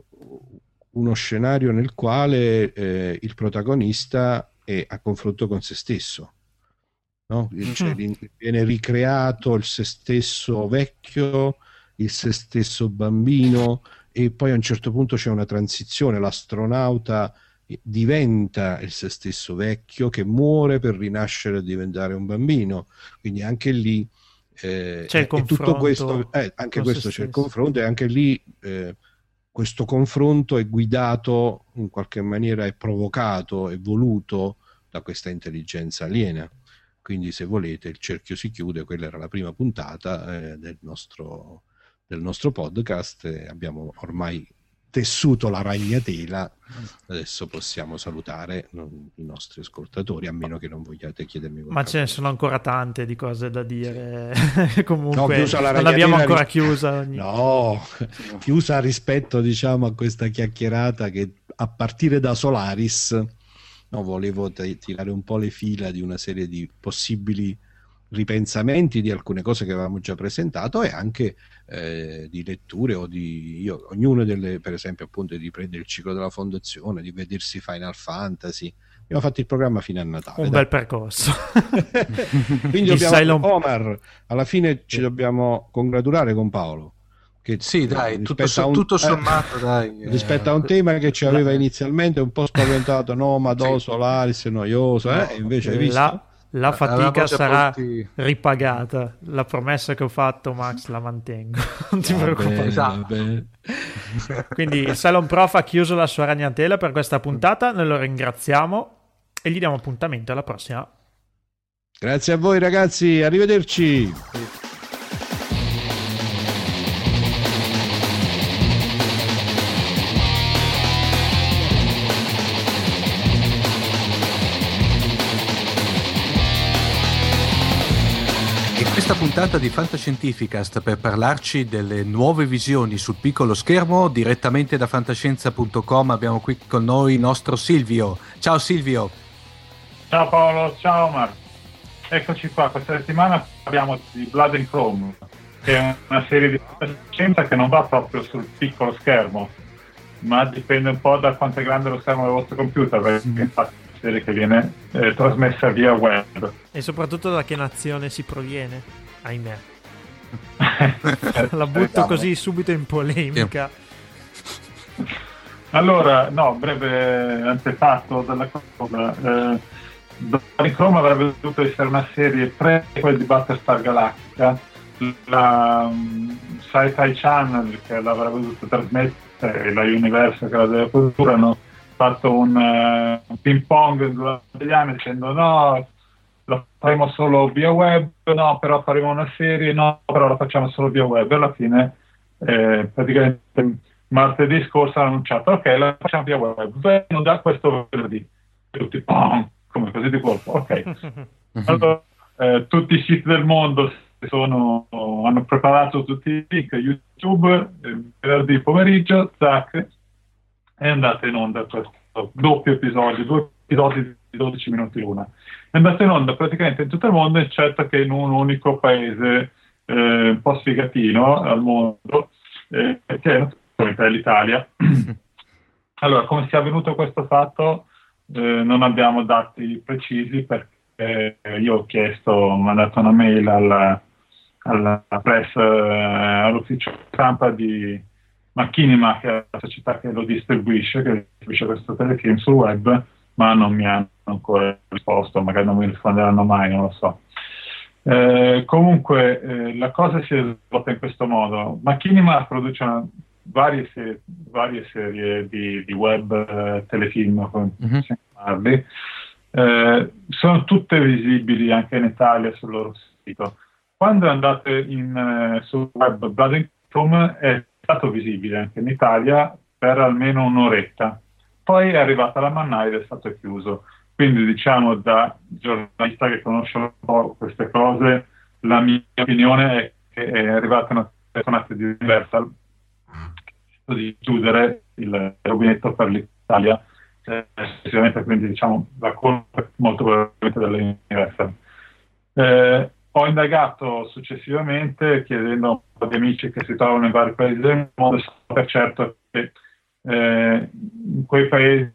uno scenario nel quale il protagonista è a confronto con se stesso, no? Cioè, viene ricreato il se stesso vecchio, il se stesso bambino, e poi a un certo punto c'è una transizione, l'astronauta diventa il se stesso vecchio che muore per rinascere e diventare un bambino, quindi anche lì c'è il confronto, tutto questo, anche questo c'è il confronto, e anche lì questo confronto è guidato in qualche maniera, è provocato, è voluto da questa intelligenza aliena. Quindi, se volete, il cerchio si chiude. Quella era la prima puntata del nostro podcast. Abbiamo ormai tessuto la ragnatela, adesso possiamo salutare i nostri ascoltatori, a meno che non vogliate chiedermi qualcosa. Ma ce ne sono ancora tante di cose da dire. Comunque no, non l'abbiamo ancora chiusa. Chiusa rispetto, diciamo, a questa chiacchierata che a partire da Solaris, volevo tirare un po' le fila di una serie di possibili ripensamenti di alcune cose che avevamo già presentato, e anche di letture o ognuno per esempio, appunto, di prendere il ciclo della fondazione, di vedersi Final Fantasy. Abbiamo fatto il programma fino a Natale, bel percorso. Quindi Omar, alla fine ci dobbiamo congratulare con Paolo, che sì, dai, tutto sommato, dai, rispetto a un tema che ci aveva inizialmente un po' spaventato, Solaris è noioso, e invece hai visto? La fatica sarà ripagata. La promessa che ho fatto, Max, la mantengo. Non ti preoccupare. Esatto. Quindi il Salon Prof ha chiuso la sua ragnatela per questa puntata. Noi lo ringraziamo e gli diamo appuntamento alla prossima. Grazie a voi, ragazzi. Arrivederci. Questa puntata di Fantascientificast, per parlarci delle nuove visioni sul piccolo schermo, direttamente da fantascienza.com abbiamo qui con noi il nostro Silvio. Ciao Silvio. Ciao Paolo, ciao Omar. Eccoci qua, questa settimana parliamo di Blood and Chrome, che è una serie di fantascienza che non va proprio sul piccolo schermo, ma dipende un po' da quanto è grande lo schermo del vostro computer, perché infatti serie che viene trasmessa via web, e soprattutto da che nazione si proviene, ahimè. La butto così subito in polemica. Allora, breve antefatto della cosa. Blood Chrome avrebbe dovuto essere una serie prequel di Battlestar Galactica. La Sci-Fi Channel, che l'avrebbe dovuto trasmettere, e la Universal, che la deve produrre, hanno fatto un ping pong durante gli anni dicendo lo faremo solo via web, però faremo una serie, però la facciamo solo via web. E alla fine praticamente martedì scorso hanno annunciato ok, la facciamo via web, non da questo venerdì, tutti come così di colpo, ok. Allora, tutti i siti del mondo hanno preparato tutti i link, YouTube, venerdì pomeriggio, zac, è andata in onda questo doppio episodio, 2 episodi di 12 minuti l'una. È andata in onda praticamente in tutto il mondo, eccetto che in un unico paese un po' sfigatino al mondo, che è l'Italia. Allora, come sia avvenuto questo fatto non abbiamo dati precisi, perché io ho mandato una mail alla press, all'ufficio stampa di Machinima, che è la società che lo distribuisce, che distribuisce questo telefilm sul web, ma non mi hanno ancora risposto, magari non mi risponderanno mai, non lo so. Comunque la cosa si è svolta in questo modo. Machinima produce varie serie di web telefilm, come chiamarli. Sono tutte visibili anche in Italia sul loro sito. Quando andate sul web, Blood and Chrome è stato visibile anche in Italia per almeno un'oretta, poi è arrivata la mannaia ed è stato chiuso. Quindi, diciamo, da giornalista che conosce un po' queste cose, la mia opinione è che è arrivata una telefonate di Universal di chiudere il rubinetto per l'Italia, quindi diciamo la colpa è molto probabilmente dell'Universal. Ho indagato successivamente chiedendo a un po' di amici che si trovano in vari paesi del mondo, so per certo che in quei paesi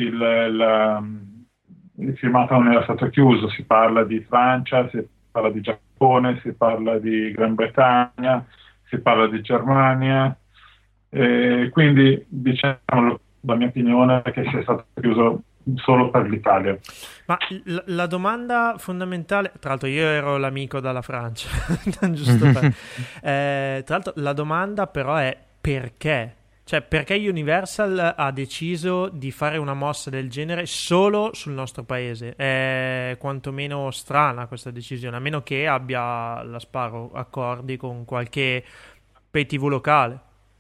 il filmato non era stato chiuso. Si parla di Francia, si parla di Giappone, si parla di Gran Bretagna, si parla di Germania, quindi diciamo la mia opinione è che sia stato chiuso solo per l'Italia. Ma la domanda fondamentale, tra l'altro io ero l'amico dalla Francia, giusto per... tra l'altro la domanda però è perché? Cioè, perché Universal ha deciso di fare una mossa del genere solo sul nostro paese? È quantomeno strana questa decisione, a meno che abbia la Sparrow accordi con qualche pay TV locale.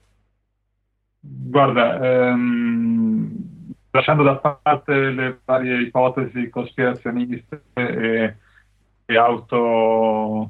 Guarda, lasciando da parte le varie ipotesi cospirazioniste e auto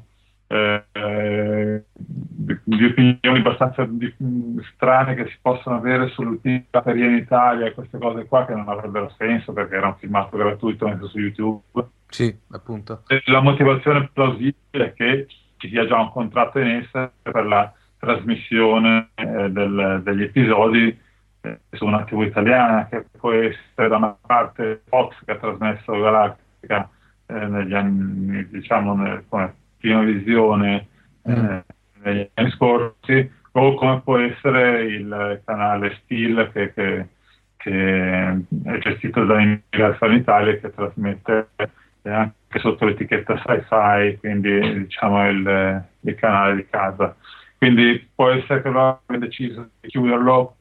di opinioni abbastanza strane che si possono avere sull'ultimateria in Italia e queste cose qua che non avrebbero senso perché era un filmato gratuito messo su YouTube. Sì, appunto. La motivazione plausibile è che ci sia già un contratto in essere per la trasmissione degli episodi su una TV italiana, che può essere da una parte Fox, che ha trasmesso Galattica negli anni, diciamo, come prima visione negli anni scorsi, o come può essere il canale Steel che è gestito da Universal Italia, che trasmette anche sotto l'etichetta Sci-Fi, quindi diciamo il canale di casa. Quindi può essere che loro abbiano deciso di chiuderlo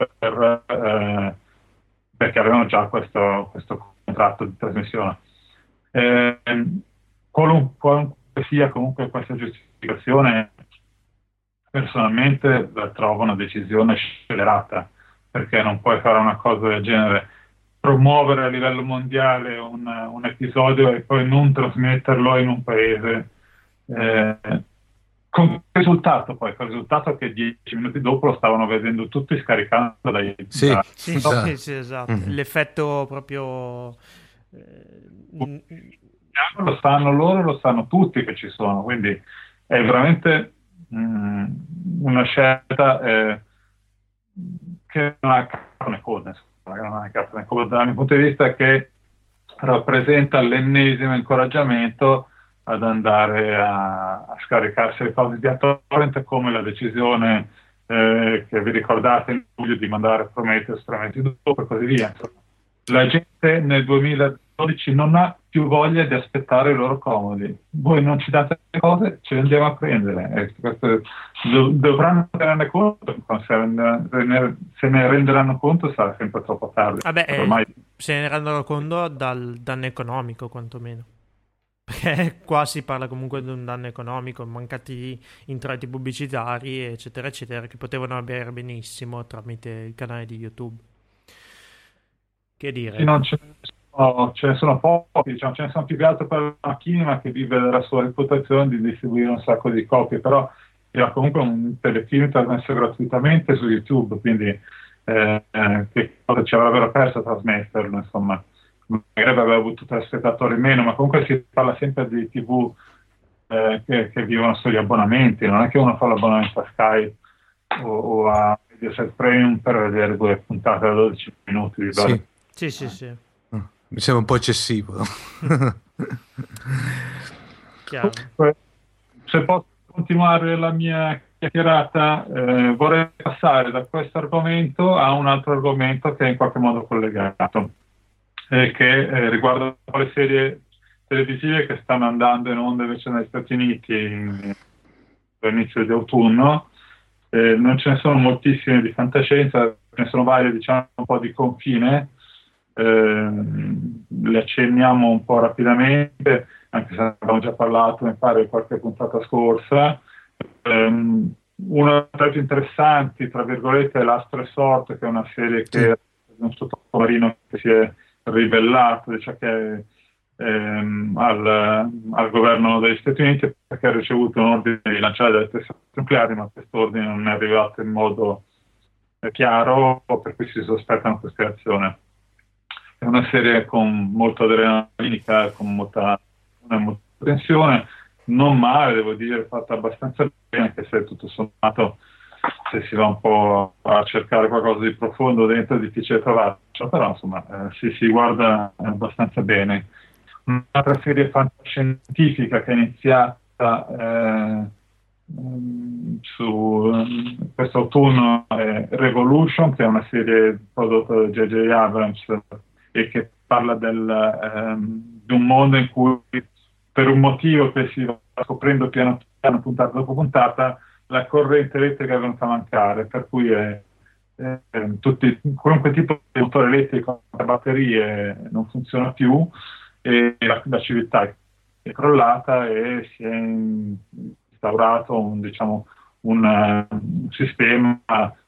perché avevano già questo contratto di trasmissione. Qualunque sia comunque questa giustificazione, personalmente la trovo una decisione scellerata, perché non puoi fare una cosa del genere, promuovere a livello mondiale un episodio e poi non trasmetterlo in un paese. Con il risultato poi, con il risultato che 10 minuti dopo lo stavano vedendo tutti scaricando dai... Sì, esatto. L'effetto proprio... Lo sanno loro, lo sanno tutti che ci sono, quindi è veramente una scelta che non ha capo né coda, dal mio punto di vista, che rappresenta l'ennesimo incoraggiamento ad andare a scaricarsi le cose di torrent, come la decisione che vi ricordate in luglio di mandare Prometheus 3 mesi dopo e così via. La gente nel 2012 non ha più voglia di aspettare i loro comodi. Voi non ci date le cose, ce le andiamo a prendere. Dovranno tenerne conto, se ne renderanno conto sarà sempre troppo tardi. Ormai... se ne rendono conto dal danno economico, quantomeno. Perché qua si parla comunque di un danno economico, mancati introiti pubblicitari, eccetera, eccetera, che potevano avere benissimo tramite il canale di YouTube. Che dire? Non ce ne sono pochi, diciamo, ce ne sono più che altro per la macchina che vive della sua reputazione di distribuire un sacco di copie, però era comunque un telefilm trasmesso gratuitamente su YouTube, quindi che cosa ci avrebbero perso a trasmetterlo, insomma. Magari aveva avuto 3 spettatori in meno, ma comunque si parla sempre di TV che vivono sugli abbonamenti, non è che uno fa l'abbonamento a Sky o a Mediaset Premium per vedere 2 puntate da 12 minuti di Sì. Mi sembra un po' eccessivo. Chiaro. Se posso continuare la mia chiacchierata, vorrei passare da questo argomento a un altro argomento che è in qualche modo collegato, che riguarda le serie televisive che stanno andando in onda invece negli Stati Uniti all'inizio di autunno. Non ce ne sono moltissime di fantascienza, ce ne sono varie, diciamo, un po' di confine. Le accenniamo un po' rapidamente, anche se abbiamo già parlato, mi pare, qualche puntata scorsa. Una tra le più interessanti, tra virgolette, è L'Astro e Sorte, che è una serie che è un sottomarino che si è ribellato, cioè che al governo degli Stati Uniti perché ha ricevuto un ordine di lanciare delle teste nucleari, ma questo ordine non è arrivato in modo chiaro, per cui si sospetta una cospirazione. È una serie con molta adrenalina, con molta tensione, non male, devo dire, fatta abbastanza bene, anche se tutto sommato, se si va un po' a cercare qualcosa di profondo dentro è difficile trovarlo, però insomma si guarda abbastanza bene. Un'altra serie fantascientifica che è iniziata su questo autunno è Revolution, che è una serie prodotta da J.J. Abrams e che parla di un mondo in cui, per un motivo che si va scoprendo piano piano, puntata dopo puntata, la corrente elettrica è venuta a mancare, per cui qualunque tipo di motore elettrico a batterie non funziona più e la civiltà è crollata e si è instaurato un sistema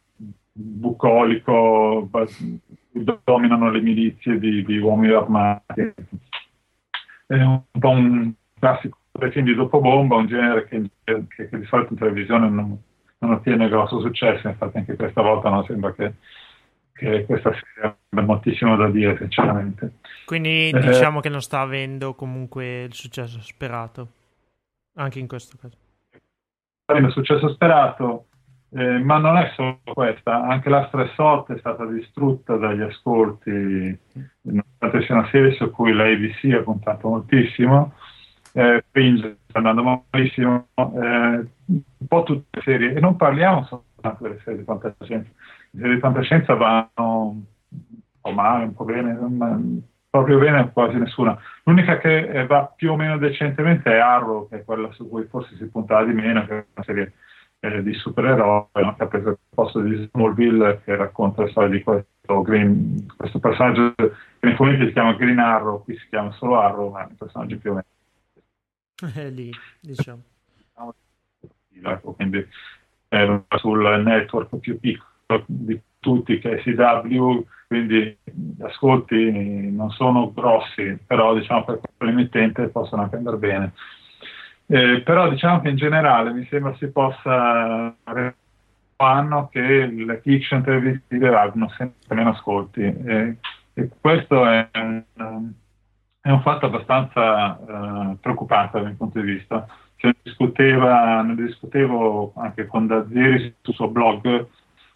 bucolico, dominano le milizie di uomini armati. È un po' un classico dei film di dopobomba, un genere che di solito in televisione non ottiene grosso successo, infatti anche questa volta non sembra che questa serie abbia moltissimo da dire, sinceramente. Quindi diciamo che non sta avendo comunque il successo sperato, anche in questo caso. Sta avendo il successo sperato, ma non è solo questa, anche l'Astra e Sorte è stata distrutta dagli ascolti, nonostante sia una serie su cui la ABC ha puntato moltissimo. Fringe sta andando malissimo, un po' tutte le serie, e non parliamo soltanto delle serie di fantascienza. Le serie di fantascienza vanno un po' male, un po' bene, proprio bene quasi nessuna. L'unica che va più o meno decentemente è Arrow, che è quella su cui forse si puntava di meno, che è una serie di supereroi, no? Che ha preso il posto di Smallville, che racconta la storia di questo personaggio che nei fumetti si chiama Green Arrow, qui si chiama solo Arrow, ma è un personaggio più o meno lì, diciamo. Quindi sul network più piccolo di tutti, che è CW, quindi gli ascolti non sono grossi, però diciamo per l'emittente possono anche andare bene. Però diciamo che in generale mi sembra si possa anno che le fiction televisive hanno sempre meno ascolti, e questo è un fatto abbastanza preoccupante dal mio punto di vista. Ne discutevo anche con Dazieri sul suo blog.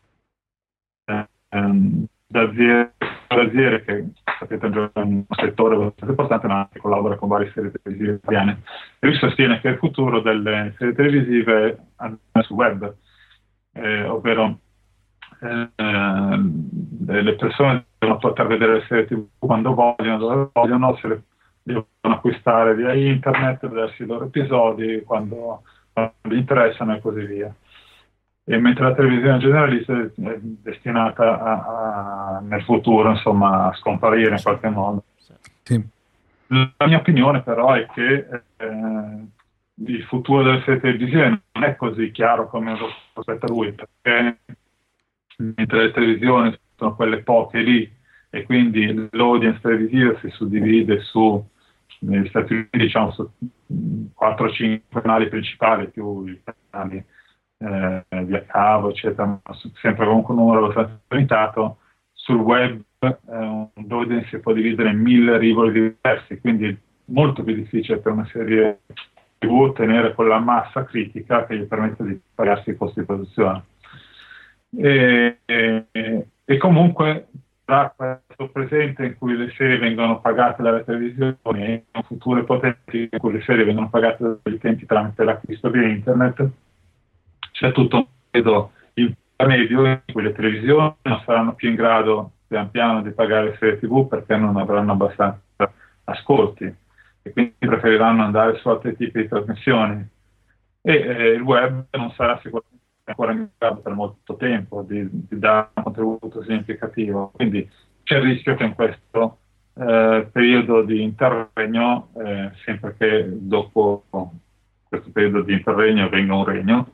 Dazieri, che sapete è un settore abbastanza importante, ma anche collabora con varie serie televisive italiane, e lui sostiene che il futuro delle serie televisive è sul web, ovvero le persone devono poter vedere le serie TV quando vogliono, dove vogliono, se le devono acquistare via internet, vedersi i loro episodi quando gli interessano e così via. E mentre la televisione generalista è destinata nel futuro, insomma, a scomparire in qualche modo. Sì. La mia opinione però è che il futuro delle serie televisive non è così chiaro come lo prospetta lui, perché mentre le televisioni sono quelle poche lì e quindi l'audience televisiva si suddivide negli Stati Uniti, diciamo, su 4-5 canali principali più i canali via cavo, eccetera, ma sempre comunque un numero abbastanza limitato. Sul web l'audience si può dividere in 1000 rivoli diversi, quindi è molto più difficile per una serie TV ottenere quella massa critica che gli permette di pagarsi i costi di produzione. E comunque da questo presente in cui le serie vengono pagate dalle televisioni e un futuro ipotetico in cui le serie vengono pagate dagli utenti tramite l'acquisto via internet, c'è tutto un periodo intermedio in cui le televisioni non saranno più in grado pian piano di pagare le serie TV perché non avranno abbastanza ascolti e quindi preferiranno andare su altri tipi di trasmissioni, e il web non sarà sicuramente ancora in grado per molto tempo di dare un contributo significativo, quindi c'è il rischio che in questo periodo di interregno, sempre che dopo questo periodo di interregno venga un regno,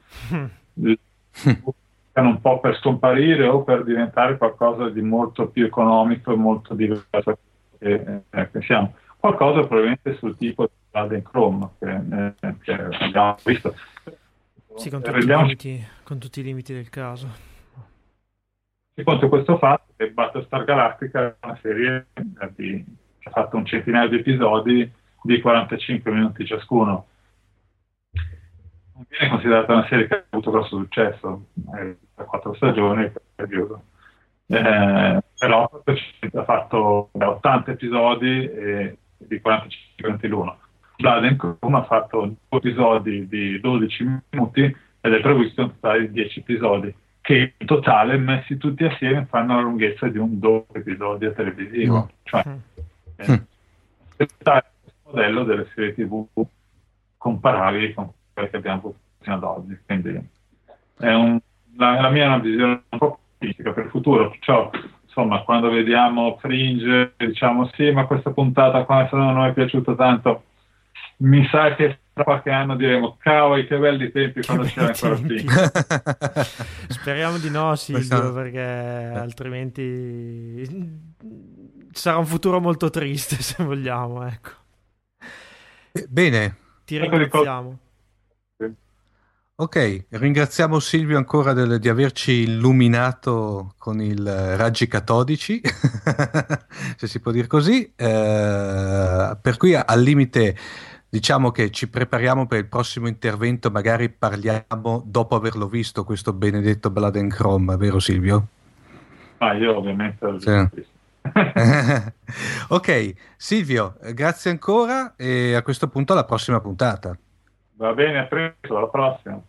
un po' per scomparire o per diventare qualcosa di molto più economico e molto diverso che pensiamo. qualcosa probabilmente sul tipo di Blood and Chrome che abbiamo visto. Sì, con tutti i limiti del caso. Si conta questo fatto che Battlestar Galactica è una serie che ha fatto un centinaio di episodi di 45 minuti ciascuno. Non viene considerata una serie che ha avuto grosso successo, da 4 stagioni per periodo. Però ha fatto 80 episodi di 45 minuti l'uno. Blood and Chrome ha fatto 2 episodi di 12 minuti ed è previsto un totale di 10 episodi, che in totale, messi tutti assieme, fanno la lunghezza di un 2 episodio televisivo. Cioè, questo modello delle serie TV comparabili con quelle che abbiamo avuto fino ad oggi. Quindi la mia è una visione un po' critica per il futuro, perciò insomma quando vediamo Fringe diciamo sì, ma questa puntata qua non mi è piaciuta tanto, mi sa che tra qualche anno diremo cavoli che belli tempi quando c'era ancora Fringe. Speriamo di no, Silvio, perché altrimenti sarà un futuro molto triste, se vogliamo, ecco. Bene, ti ringraziamo. Ok, ringraziamo Silvio ancora di averci illuminato con i raggi catodici, se si può dire così, per cui al limite diciamo che ci prepariamo per il prossimo intervento, magari parliamo dopo averlo visto questo benedetto Blood and Chrome, vero Silvio? Io ovviamente l'ho visto. Ok, Silvio, grazie ancora e a questo punto alla prossima puntata. Va bene, a presto, alla prossima.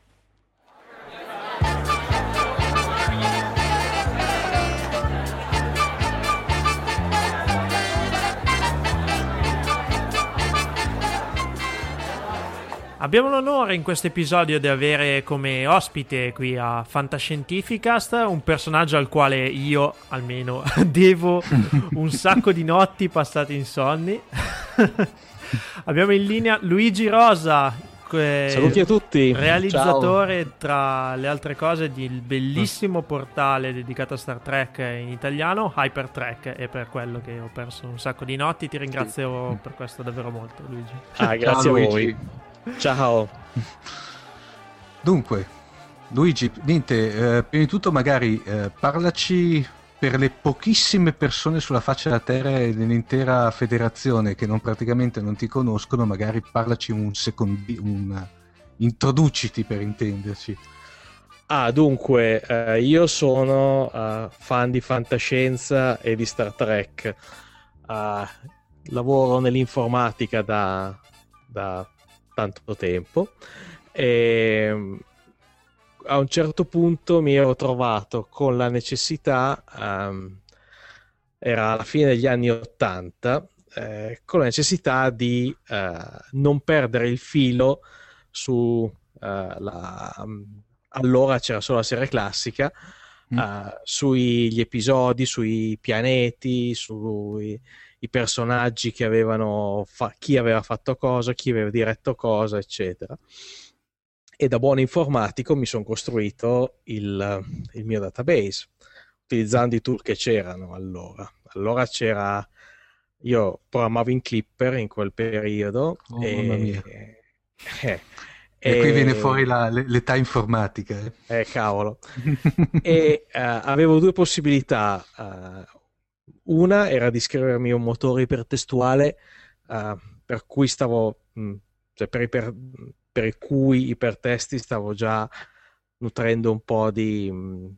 Abbiamo l'onore in questo episodio di avere come ospite qui a Fantascientificast un personaggio al quale io almeno devo un sacco di notti passate insonni. Abbiamo in linea Luigi Rosa, saluti a tutti, realizzatore ciao. Tra le altre cose del bellissimo portale dedicato a Star Trek in italiano, Hypertrek, e per quello che ho perso un sacco di notti. Ti ringrazio per questo davvero molto, Luigi. Grazie ciao, a Luigi. voi. Ciao. Dunque Luigi, niente, prima di tutto magari parlaci, per le pochissime persone sulla faccia della terra e dell'intera federazione che praticamente non ti conoscono, magari parlaci introduciti per intenderci. Dunque, io sono fan di fantascienza e di Star Trek. Lavoro nell'informatica da tanto tempo e a un certo punto mi ero trovato con la necessità, era alla fine degli anni 80, con la necessità di non perdere il filo su allora c'era solo la serie classica, sugli episodi, sui pianeti, sui i personaggi che avevano chi aveva fatto cosa, chi aveva diretto cosa, eccetera. E da buon informatico mi sono costruito il mio database utilizzando i tool che c'erano allora. Allora io programmavo in Clipper in quel periodo. Mamma mia. E qui viene fuori l'età informatica. Cavolo. E avevo 2 possibilità. Una era di scrivermi un motore ipertestuale per cui per i cui ipertesti stavo già nutrendo un po' di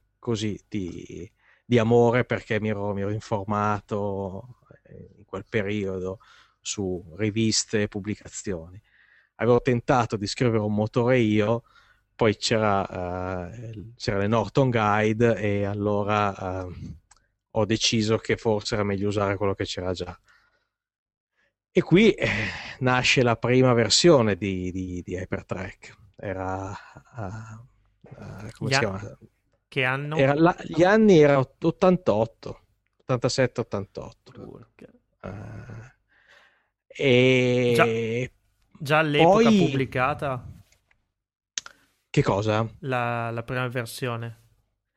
amore, perché mi ero informato in quel periodo su riviste e pubblicazioni. Avevo tentato di scrivere un motore io, poi c'era le Norton Guide e allora ho deciso che forse era meglio usare quello che c'era già. E qui nasce la prima versione di Hypertrek. Era come si chiama? Che anno? Gli anni erano 88, 87-88. E già all'epoca poi, pubblicata? Che cosa? La prima versione.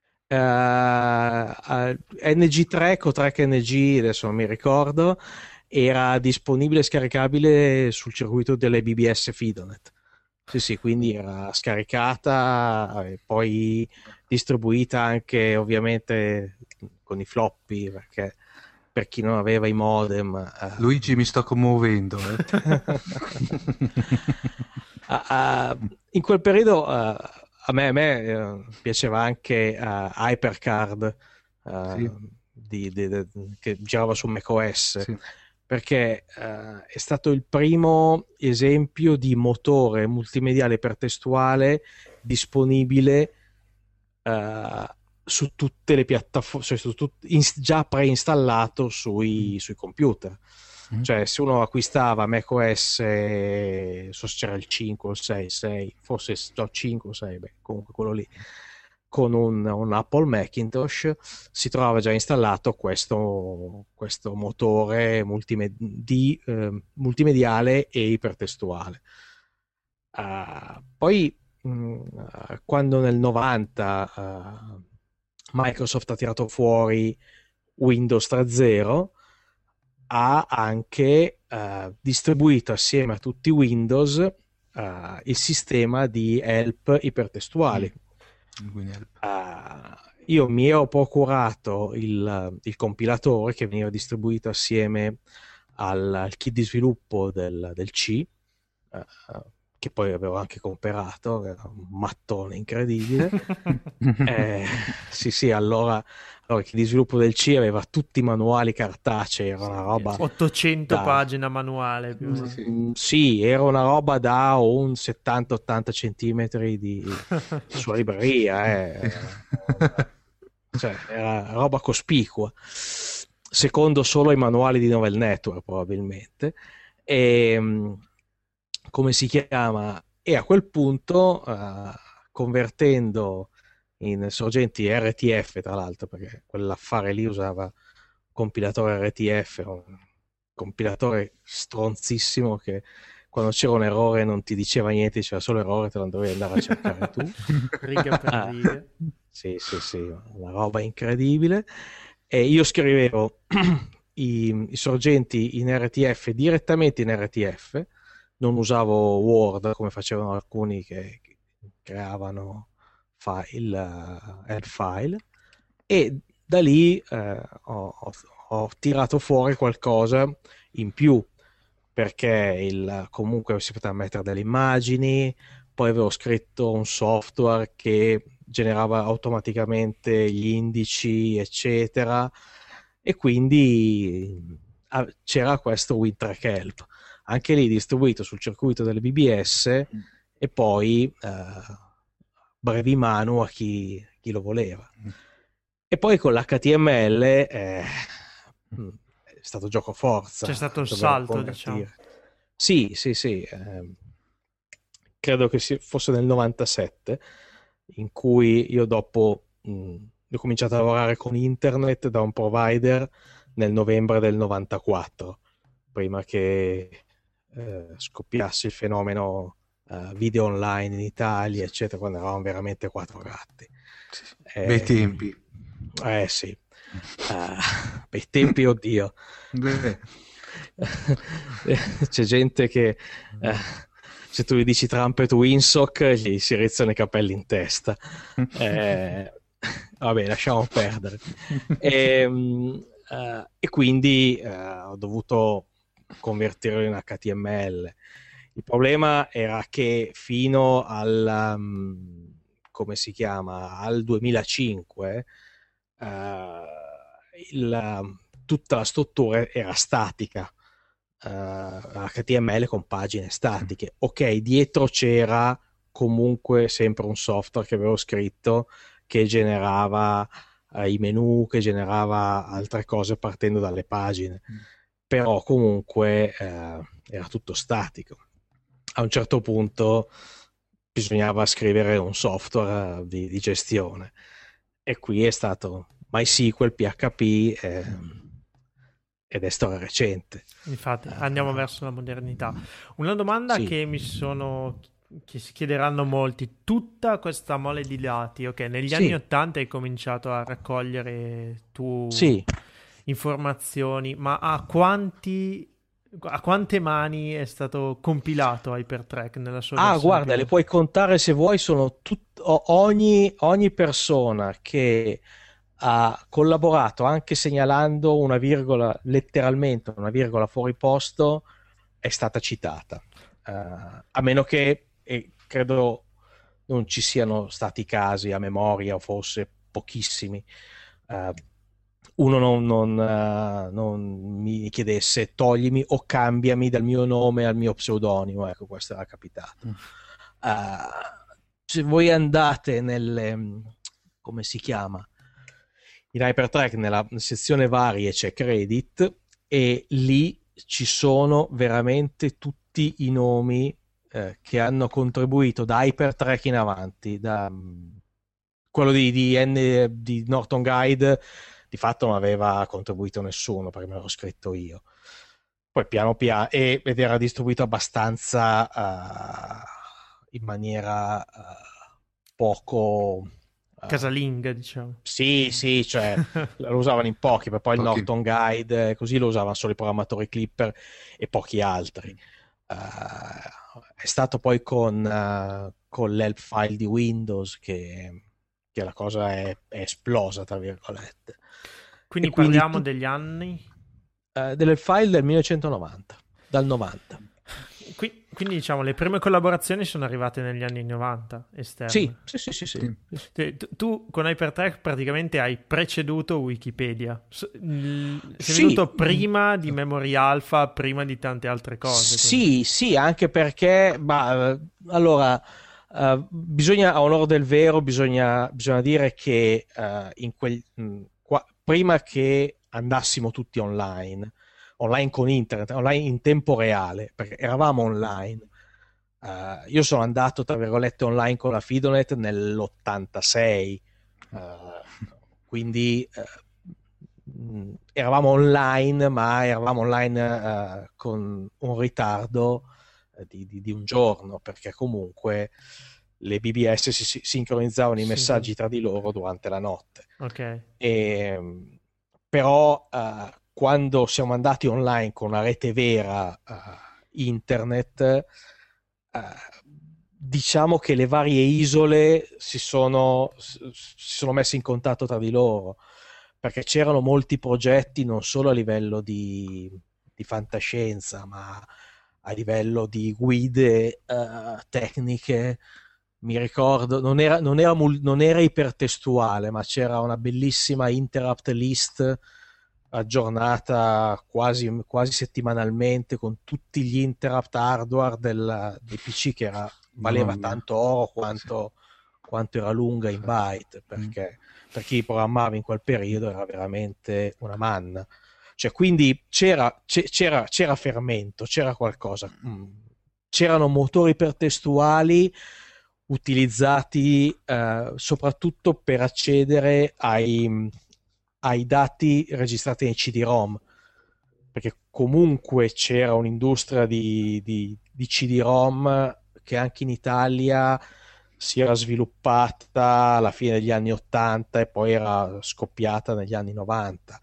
NG Trek o Trek NG, adesso non mi ricordo, era disponibile e scaricabile sul circuito delle BBS Fidonet. Sì, quindi era scaricata e poi distribuita anche ovviamente con i floppy, perché per chi non aveva i modem. Luigi, mi sto commuovendo. In quel periodo a me piaceva anche HyperCard, che girava su macOS. Sì. Perché è stato il primo esempio di motore multimediale ipertestuale disponibile su tutte le piattaforme, già preinstallato sui computer. Cioè, se uno acquistava macOS, so se c'era il 5 o il 6, forse già 5 o 6, comunque quello lì, con un Apple Macintosh, si trovava già installato questo motore multimediale e ipertestuale. Poi quando nel 90 Microsoft ha tirato fuori Windows 3.0, ha anche distribuito assieme a tutti Windows il sistema di help ipertestuali. Io mi ero procurato il compilatore che veniva distribuito assieme al kit di sviluppo del C, che poi avevo anche comprato, era un mattone incredibile. Sì, allora il kit di sviluppo del C aveva tutti i manuali cartacei, era una roba 800 pagine manuale più. Sì, era una roba da un 70-80 centimetri di sua libreria, cioè era roba cospicua, secondo solo i manuali di Novel Network probabilmente. E come si chiama? E a quel punto, convertendo in sorgenti RTF, tra l'altro, perché quell'affare lì usava compilatore RTF, un compilatore stronzissimo che quando c'era un errore non ti diceva niente, diceva solo errore, te lo dovevi andare a cercare tu. Riga per riga. Sì, una roba incredibile. E io scrivevo i sorgenti in RTF direttamente in RTF, non usavo Word come facevano alcuni che creavano file, e da lì ho tirato fuori qualcosa in più, perché comunque si poteva mettere delle immagini, poi avevo scritto un software che generava automaticamente gli indici eccetera, e quindi c'era questo WinTrack Help, anche lì distribuito sul circuito delle BBS, e poi brevi manu a chi lo voleva. E poi con l'HTML è stato gioco forza. C'è stato il salto, diciamo. Sì. Credo che fosse nel 97, in cui io dopo ho cominciato a lavorare con internet da un provider nel novembre del 94, prima che scoppiasse il fenomeno video online in Italia, eccetera, quando eravamo veramente 4 gatti. Bei tempi. Sì. Bei tempi, oddio. C'è gente che se tu gli dici Trumpet Winsock gli si rizzano i capelli in testa. Vabbè, lasciamo perdere. E quindi ho dovuto convertirlo in HTML. Il problema era che fino al come si chiama, al 2005 tutta la struttura era statica, HTML con pagine statiche. Ok, dietro c'era comunque sempre un software che avevo scritto che generava i menu, che generava altre cose partendo dalle pagine, però comunque era tutto statico. A un certo punto bisognava scrivere un software di gestione, e qui è stato MySQL, PHP ed è storia recente. Infatti andiamo verso la modernità. Una domanda che che si chiederanno molti: tutta questa mole di dati, ok, negli anni 80 hai cominciato a raccogliere tu informazioni, ma a quante mani è stato compilato Hypertrack nella sua versione? Guarda, le puoi contare se vuoi, sono ogni persona che ha collaborato, anche segnalando una virgola, letteralmente una virgola fuori posto, è stata citata. A meno che, credo non ci siano stati casi a memoria, o forse pochissimi, uno non mi chiedesse toglimi o cambiami dal mio nome al mio pseudonimo. Ecco, questo era capitato. Se voi andate come si chiama, in Hypertrack, nella sezione varie c'è credit, e lì ci sono veramente tutti i nomi che hanno contribuito da Hypertrack in avanti. Da quello di Norton Guide di fatto non aveva contribuito nessuno, perché me l'ho scritto io. Poi piano piano, ed era distribuito abbastanza in maniera poco casalinga, diciamo. Sì, cioè lo usavano in pochi, per poi il Norton Guide così lo usavano solo i programmatori Clipper e pochi altri. È stato poi con l'help file di Windows che la cosa è esplosa, tra virgolette. Quindi parliamo degli anni? Dell'help file del 1990, dal 90. Quindi diciamo le prime collaborazioni sono arrivate negli anni 90 esterne. Sì. Tu con Hypertrack praticamente hai preceduto Wikipedia. Sei venuto prima di Memory Alpha, prima di tante altre cose. Sì, anche perché allora bisogna, a onore del vero, bisogna dire che prima che andassimo tutti online con internet, online in tempo reale, perché eravamo online. Io sono andato, tra virgolette, online con la Fidonet nell'86, quindi eravamo online, ma eravamo online con un ritardo di un giorno, perché comunque le BBS si sincronizzavano i messaggi tra di loro durante la notte. Però quando siamo andati online con una rete vera internet, diciamo che le varie isole si sono messe in contatto tra di loro, perché c'erano molti progetti non solo a livello di fantascienza, ma a livello di guide tecniche. Mi ricordo, non era ipertestuale, ma c'era una bellissima interrupt list aggiornata quasi settimanalmente, con tutti gli interrupt hardware dei PC, che valeva tanto oro quanto era lunga in byte, perché per chi programmava in quel periodo era veramente una manna. Cioè, quindi c'era fermento, c'era qualcosa. C'erano motori ipertestuali utilizzati soprattutto per accedere ai dati registrati nei CD-ROM, perché comunque c'era un'industria di CD-ROM che anche in Italia si era sviluppata alla fine degli anni 80 e poi era scoppiata negli anni 90.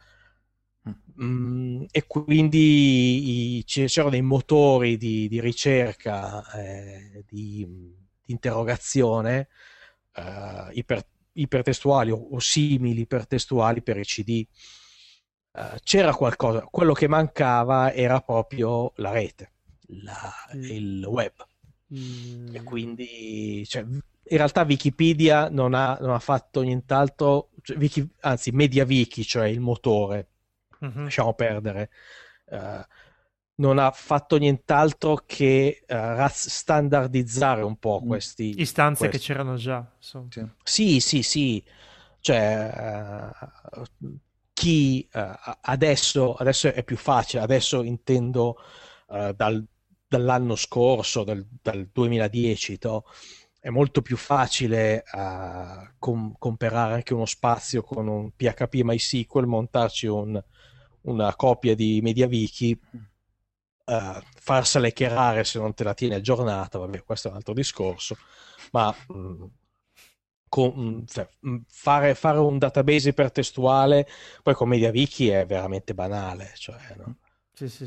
E quindi c'erano dei motori di ricerca, di interrogazione ipertestuali o simili ipertestuali per i CD. C'era qualcosa, quello che mancava era proprio la rete, il web. E quindi, cioè, in realtà Wikipedia non ha fatto nient'altro, anzi MediaWiki, cioè il motore, lasciamo perdere, non ha fatto nient'altro che standardizzare un po' questi istanze che c'erano già, insomma. Sì, cioè chi adesso è più facile, adesso intendo dall'anno scorso, dal 2010, è molto più facile comprare anche uno spazio con un PHP MySQL, montarci una copia di MediaWiki, farsela hackerare se non te la tieni aggiornata. Vabbè, questo è un altro discorso, ma fare un database ipertestuale poi con MediaWiki è veramente banale, cioè, no? Sì.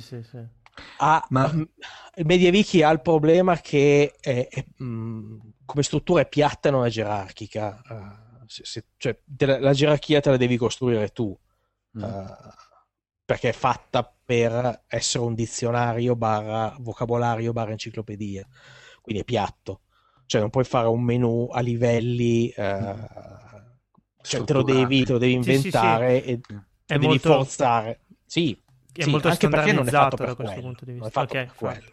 MediaWiki ha il problema che come struttura è piatta e non è gerarchica. Cioè, la gerarchia te la devi costruire tu, perché è fatta per essere un dizionario / vocabolario / enciclopedia, quindi è piatto, cioè non puoi fare un menu a livelli, cioè te lo devi inventare. Sì. E è devi molto... forzare, sì, è molto anche perché non è fatto da per questo quello, punto di vista. non è fatto Okay, per quello.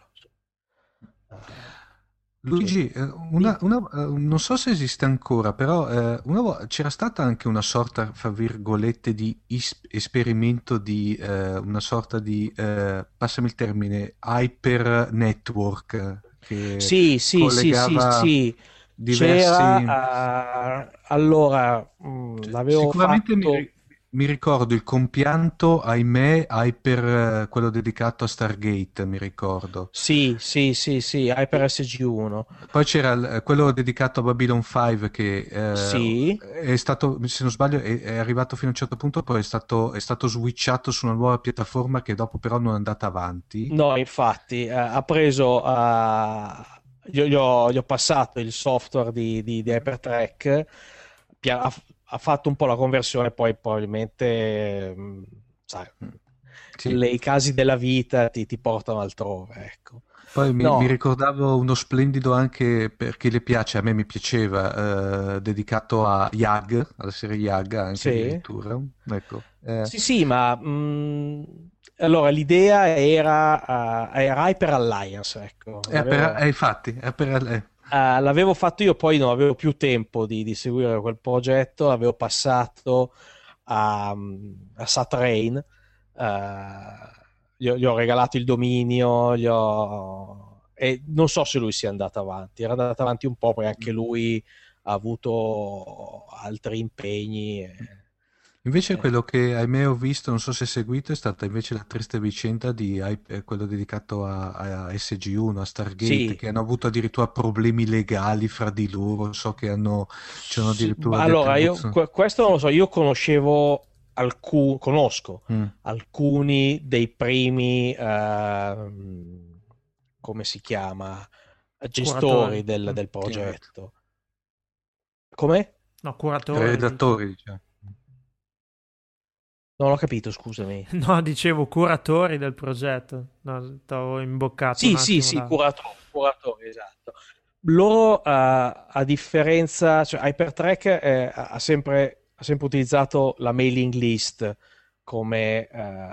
Luigi, non so se esiste ancora, però c'era stata anche una sorta, fra virgolette, di esperimento di una sorta di, passami il termine, hyper network che sì, collegava diversi... C'era, allora, l'avevo Sicuramente fatto... mi ricordo il compianto, ahimè, Hyper, quello dedicato a Stargate, mi ricordo. Sì, Hyper SG1. Poi c'era quello dedicato a Babylon 5 che Sì. è stato, se non sbaglio, è arrivato fino a un certo punto, poi è stato switchato su una nuova piattaforma che dopo però non è andata avanti. No, infatti, ha preso... gli ho passato il software di Hypertrack, ha fatto un po' la conversione, poi probabilmente, sai, Sì. i casi della vita ti portano altrove, ecco. Poi mi ricordavo uno splendido anche per chi le piace, a me mi piaceva, dedicato a YAG, alla serie YAG anche addirittura. Ecco. Sì, ma allora l'idea era Hyper Alliance, ecco. Infatti, l'avevo fatto io, poi non avevo più tempo di seguire quel progetto, l'avevo passato a Satrain, gli ho regalato il dominio, e non so se lui sia andato avanti, era andato avanti un po', poi anche lui ha avuto altri impegni. Invece quello che ahimè ho visto, non so se seguito, è stata invece la triste vicenda di quello dedicato a SG1, a Stargate, Sì. che hanno avuto addirittura problemi legali fra di loro, so che c'hanno addirittura allora io questo non lo so, io conosco alcuni dei primi come si chiama, gestori del progetto. Come? No, curatori. Redattori, diciamo. Non ho capito, scusami. No, dicevo curatori del progetto. No, stavo imboccato un attimo. Sì, curatori, esatto. Loro, a differenza, cioè Hypertrack ha sempre utilizzato la mailing list come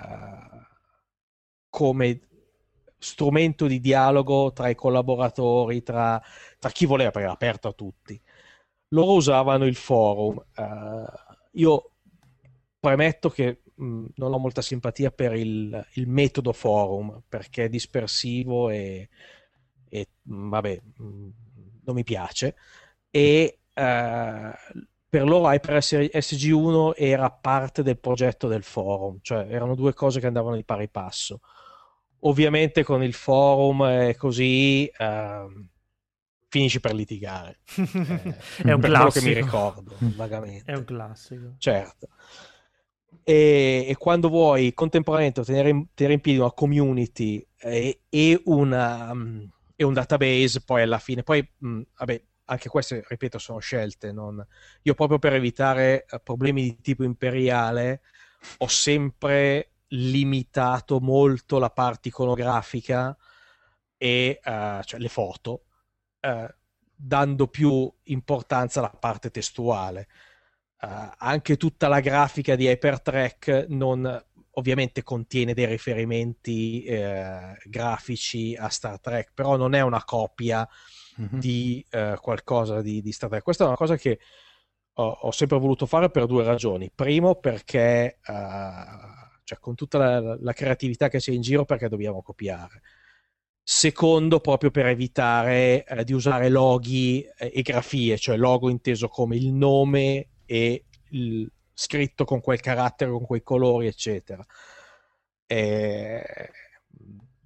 strumento di dialogo tra i collaboratori, tra chi voleva, perché era aperto a tutti. Loro usavano il forum. Io premetto che non ho molta simpatia per il metodo forum, perché è dispersivo e vabbè, non mi piace. E per loro Hyper SG1 era parte del progetto del forum, cioè erano due cose che andavano di pari passo. Ovviamente con il forum è così, finisci per litigare. È un classico. Quello che mi ricordo vagamente. È un classico. Certo. E quando vuoi contemporaneamente tenere in piedi una community e un database, poi alla fine, vabbè, anche queste, ripeto, sono scelte. Io proprio per evitare problemi di tipo imperiale ho sempre limitato molto la parte iconografica e cioè le foto, dando più importanza alla parte testuale. Anche tutta la grafica di Hypertrack ovviamente contiene dei riferimenti grafici a Star Trek, però non è una copia di qualcosa di Star Trek. Questa è una cosa che ho sempre voluto fare per due ragioni. Primo, perché cioè, con tutta la creatività che c'è in giro, perché dobbiamo copiare. Secondo, proprio per evitare di usare loghi e grafie, cioè logo inteso come il nome e il scritto con quel carattere, con quei colori, eccetera.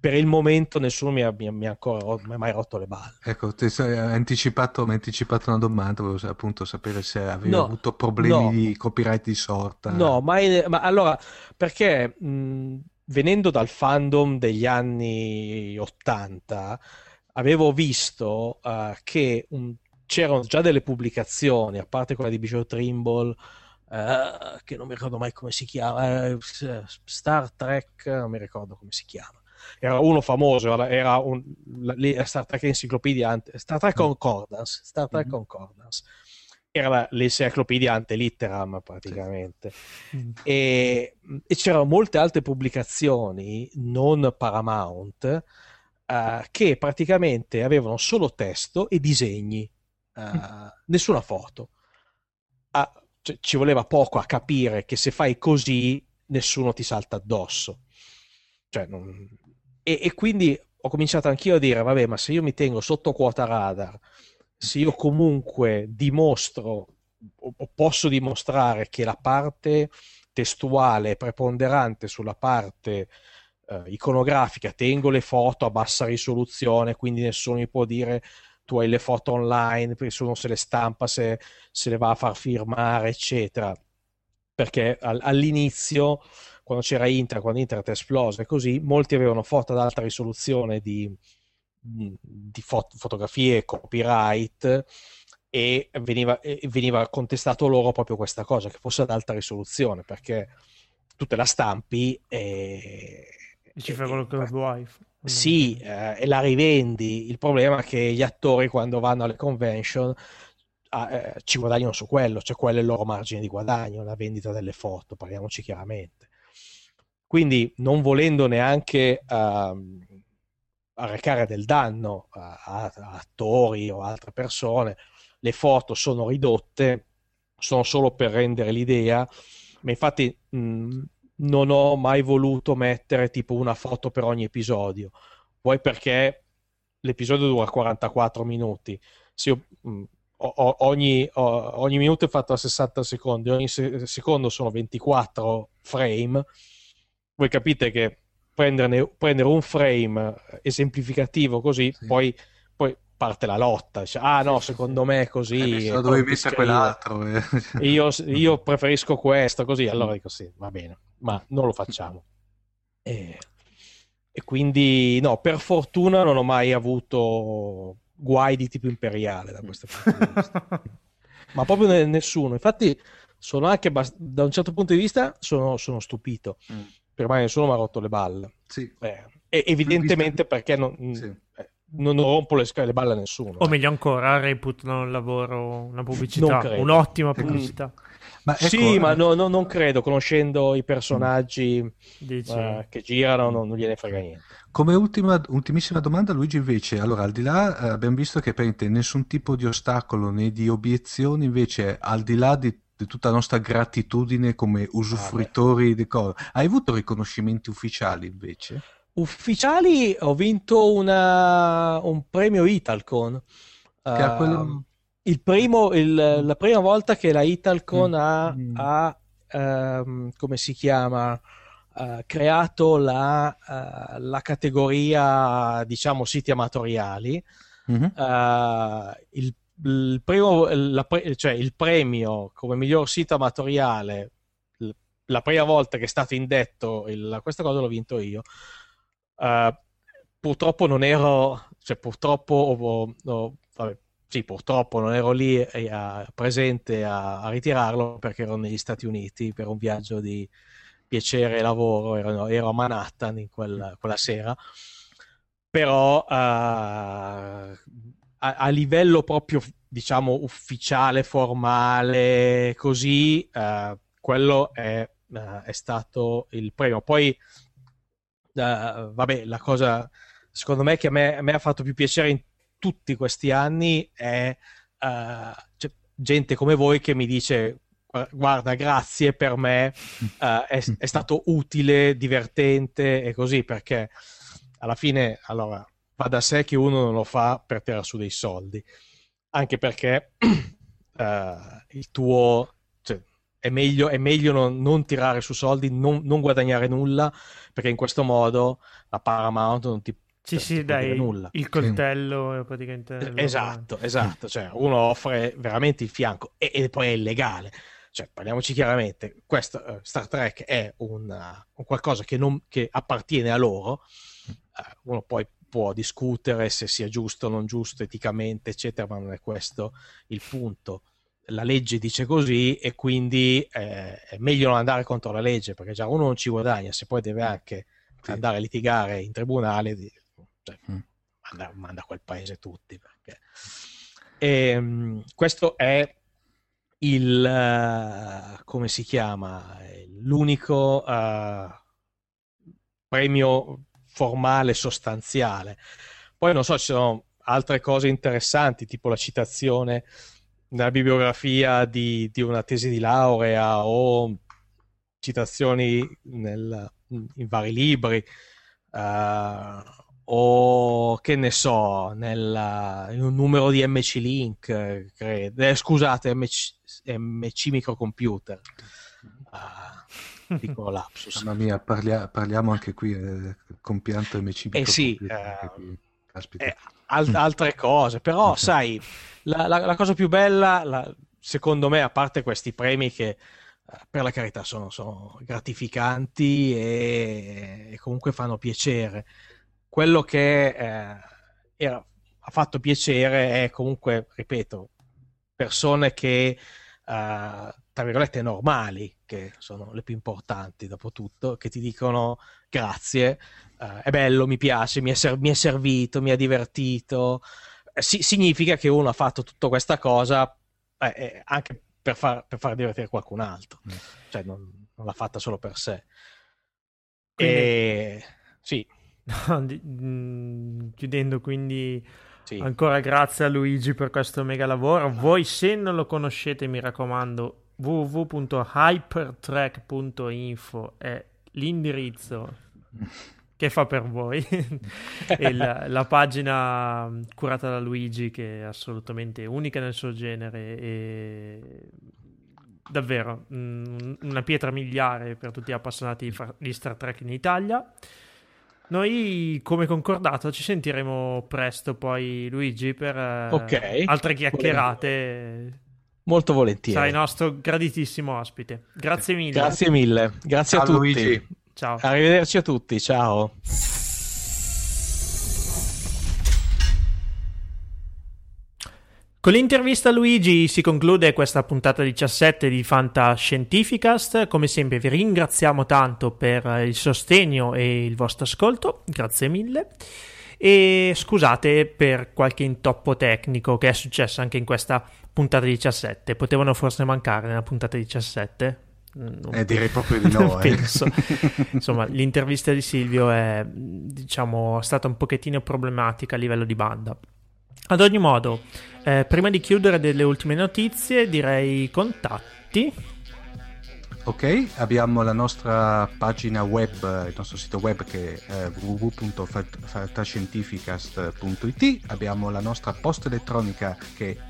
per il momento nessuno mi ha ancora mai rotto le balle. Ecco, mi hai anticipato una domanda, volevo appunto sapere se avevi avuto problemi di copyright di sorta. No, ma allora, perché venendo dal fandom degli anni 80, avevo visto che c'erano già delle pubblicazioni, a parte quella di Bishop Trimble, che non mi ricordo mai come si chiama, Star Trek, non mi ricordo come si chiama. Era uno famoso, era Star Trek Encyclopedia, Star Trek Concordance, era l'enciclopedia ante litteram praticamente. E c'erano molte altre pubblicazioni non Paramount che praticamente avevano solo testo e disegni, nessuna foto. Cioè, ci voleva poco a capire che se fai così nessuno ti salta addosso. Cioè, e quindi ho cominciato anch'io a dire, vabbè, ma se io mi tengo sotto quota radar, se io comunque dimostro o posso dimostrare che la parte testuale è preponderante sulla parte iconografica, tengo le foto a bassa risoluzione, quindi nessuno mi può dire tu hai le foto online, nessuno se le stampa, se le va a far firmare, eccetera. Perché all'inizio, quando c'era quando internet è esploso e così, molti avevano foto ad alta risoluzione di fotografie copyright e veniva contestato loro proprio questa cosa, che fosse ad alta risoluzione, perché tu te la stampi e ci fai quello che vuoi. Sì, e la rivendi. Il problema è che gli attori, quando vanno alle convention, ci guadagnano su quello, cioè quello è il loro margine di guadagno, la vendita delle foto, parliamoci chiaramente. Quindi, non volendo neanche arrecare del danno a attori o altre persone, le foto sono ridotte, sono solo per rendere l'idea, ma infatti non ho mai voluto mettere tipo una foto per ogni episodio, poi perché l'episodio dura 44 minuti, se io ogni minuto è fatto a 60 secondi, ogni secondo sono 24 frame, voi capite che prendere un frame esemplificativo così, sì. poi parte la lotta, dice, no, secondo me è così, dovevi mettere quell'altro, io preferisco questo, così, allora dico sì, va bene, ma non lo facciamo. E quindi no, per fortuna non ho mai avuto guai di tipo imperiale da questo punto di vista. Ma proprio nessuno. Infatti sono anche da un certo punto di vista sono stupito, per me nessuno mi ha rotto le balle. Sì. Evidentemente perché non rompo le balle a nessuno. O meglio ancora, reputano il lavoro una pubblicità, un'ottima pubblicità. Ma ecco, sì, ma non credo, conoscendo i personaggi che girano, non gliene frega niente. Come ultimissima domanda, Luigi, invece, allora, al di là abbiamo visto che per nessun tipo di ostacolo né di obiezioni, invece, al di là di tutta la nostra gratitudine come usufruitori di cose, hai avuto riconoscimenti ufficiali invece? Ufficiali, ho vinto un premio Italcon. Quello... La prima volta che la Italcon ha come si chiama, creato la categoria, diciamo, siti amatoriali. Il premio come miglior sito amatoriale, la prima volta che è stato indetto questa cosa l'ho vinto io. Purtroppo non ero, cioè purtroppo non ero lì presente a ritirarlo, perché ero negli Stati Uniti per un viaggio di piacere e lavoro, ero a Manhattan in quella sera, però a livello proprio, diciamo, ufficiale, formale, così, quello è stato il premio. Poi vabbè, la cosa secondo me che a me ha fatto più piacere in tutti questi anni è gente come voi che mi dice guarda, grazie, per me è stato utile, divertente e così, perché alla fine, allora, va da sé che uno non lo fa per tirare su dei soldi, anche perché il tuo, cioè, è meglio non tirare su soldi, non guadagnare nulla, perché in questo modo la Paramount non ti dai nulla. Il coltello è praticamente esatto, cioè uno offre veramente il fianco e poi è illegale. Cioè, parliamoci chiaramente, questo Star Trek è un qualcosa che appartiene a loro. Uno poi può discutere se sia giusto o non giusto eticamente, eccetera, ma non è questo il punto. La legge dice così, e quindi è meglio non andare contro la legge, perché già uno non ci guadagna, se poi deve anche andare a litigare in tribunale, cioè, manda a quel paese tutti, perché questo è come si chiama, l'unico premio formale sostanziale. Poi non so, ci sono altre cose interessanti, tipo la citazione nella bibliografia di una tesi di laurea, o citazioni in vari libri, o che ne so, in un numero di MC Link, scusate, MC Microcomputer. Piccolo lapsus. Mamma mia, parliamo anche qui compianto MC Microcomputer. Altre cose, però sai, la cosa più bella, secondo me, a parte questi premi che per la carità sono gratificanti e comunque fanno piacere, quello che ha fatto piacere è comunque, ripeto, persone che tra virgolette normali, che sono le più importanti dopo tutto, che ti dicono grazie, è bello, mi piace, mi è servito, mi ha divertito. Significa che uno ha fatto tutta questa cosa anche per far divertire qualcun altro, cioè non l'ha fatta solo per sé. Quindi... sì. Chiudendo, quindi ancora grazie a Luigi per questo mega lavoro. Voi, se non lo conoscete, mi raccomando, www.hypertrack.info è l'indirizzo che fa per voi. E la pagina curata da Luigi, che è assolutamente unica nel suo genere e davvero una pietra miliare per tutti gli appassionati di Star Trek in Italia. Noi, come concordato, ci sentiremo presto poi, Luigi, per altre chiacchierate. Molto volentieri. Sarai nostro graditissimo ospite. Grazie mille. Grazie mille. Grazie a tutti. Luigi. Ciao. Arrivederci a tutti. Ciao. Con l'intervista a Luigi si conclude questa puntata 17 di Fantascientificast. Come sempre vi ringraziamo tanto per il sostegno e il vostro ascolto, grazie mille. E scusate per qualche intoppo tecnico che è successo anche in questa puntata 17. Potevano forse mancare nella puntata 17? Direi proprio di no. Penso. Insomma, l'intervista di Silvio è, diciamo, stata un pochettino problematica a livello di banda. Ad ogni modo, prima di chiudere delle ultime notizie, direi contatti. Ok, abbiamo la nostra pagina web, il nostro sito web che è www.fantascientificast.it. Abbiamo la nostra posta elettronica che è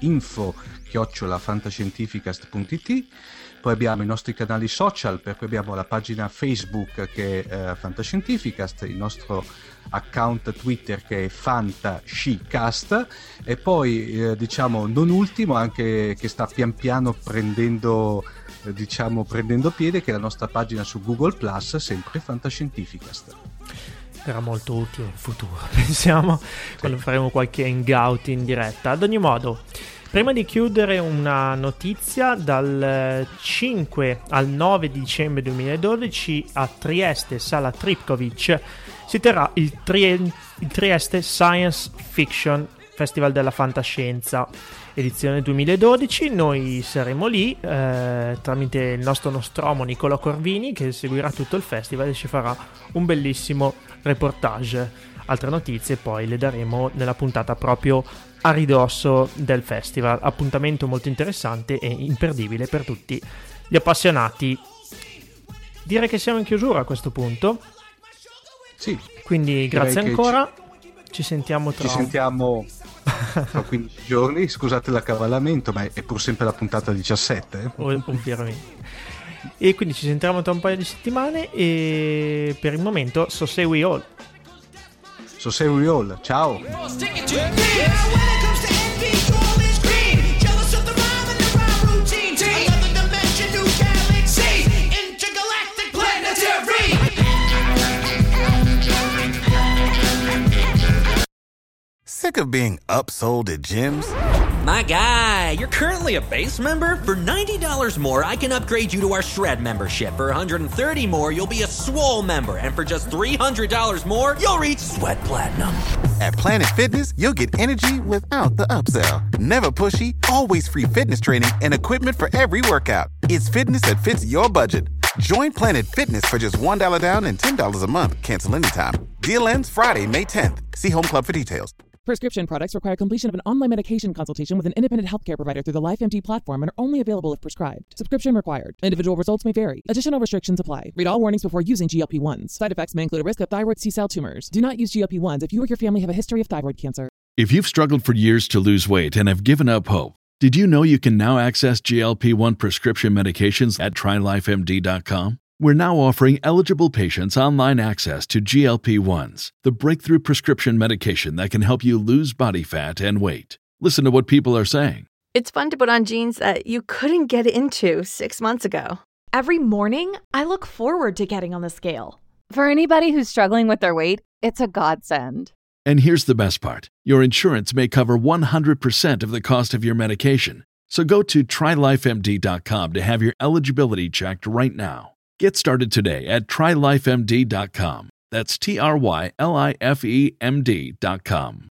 info@fantascientificast.it. Poi abbiamo i nostri canali social, per cui abbiamo la pagina Facebook che è Fantascientificast, il nostro account Twitter che è Fantascicast, e poi diciamo non ultimo, anche che sta pian piano prendendo piede, che è la nostra pagina su Google Plus, sempre Fantascientificast. Sarà molto utile in futuro, pensiamo, quando faremo qualche hangout in diretta. Ad ogni modo, prima di chiudere, una notizia: dal 5 al 9 dicembre 2012 a Trieste, Sala Tripkovic, si terrà il Trieste Science Fiction Festival della Fantascienza, edizione 2012. Noi saremo lì tramite il nostro Nostromo Nicola Corvini, che seguirà tutto il festival e ci farà un bellissimo reportage. Altre notizie poi le daremo nella puntata proprio a ridosso del festival. Appuntamento molto interessante e imperdibile per tutti gli appassionati. Direi che siamo in chiusura a questo punto. Sì. Quindi grazie ancora. Ci sentiamo tra 15 giorni. Scusate l'accavallamento, ma è pur sempre la puntata 17. Ovviamente. e quindi ci sentiamo tra un paio di settimane e per il momento so say we all. Ciao. Sick of being upsold at gyms? My guy, you're currently a base member? For $90 more, I can upgrade you to our Shred membership. For $130 more, you'll be a Swole member. And for just $300 more, you'll reach Sweat Platinum. At Planet Fitness, you'll get energy without the upsell. Never pushy, always free fitness training and equipment for every workout. It's fitness that fits your budget. Join Planet Fitness for just $1 down and $10 a month. Cancel anytime. Deal ends Friday, May 10th. See Home Club for details. Prescription products require completion of an online medication consultation with an independent healthcare provider through the LifeMD platform and are only available if prescribed. Subscription required. Individual results may vary. Additional restrictions apply. Read all warnings before using GLP-1s. Side effects may include a risk of thyroid C-cell tumors. Do not use GLP-1s if you or your family have a history of thyroid cancer. If you've struggled for years to lose weight and have given up hope, did you know you can now access GLP-1 prescription medications at TryLifeMD.com? We're now offering eligible patients online access to GLP-1s, the breakthrough prescription medication that can help you lose body fat and weight. Listen to what people are saying. It's fun to put on jeans that you couldn't get into 6 months ago. Every morning, I look forward to getting on the scale. For anybody who's struggling with their weight, it's a godsend. And here's the best part. Your insurance may cover 100% of the cost of your medication. So go to TryLifeMD.com to have your eligibility checked right now. Get started today at TryLifeMD.com. That's TryLifeMD.com.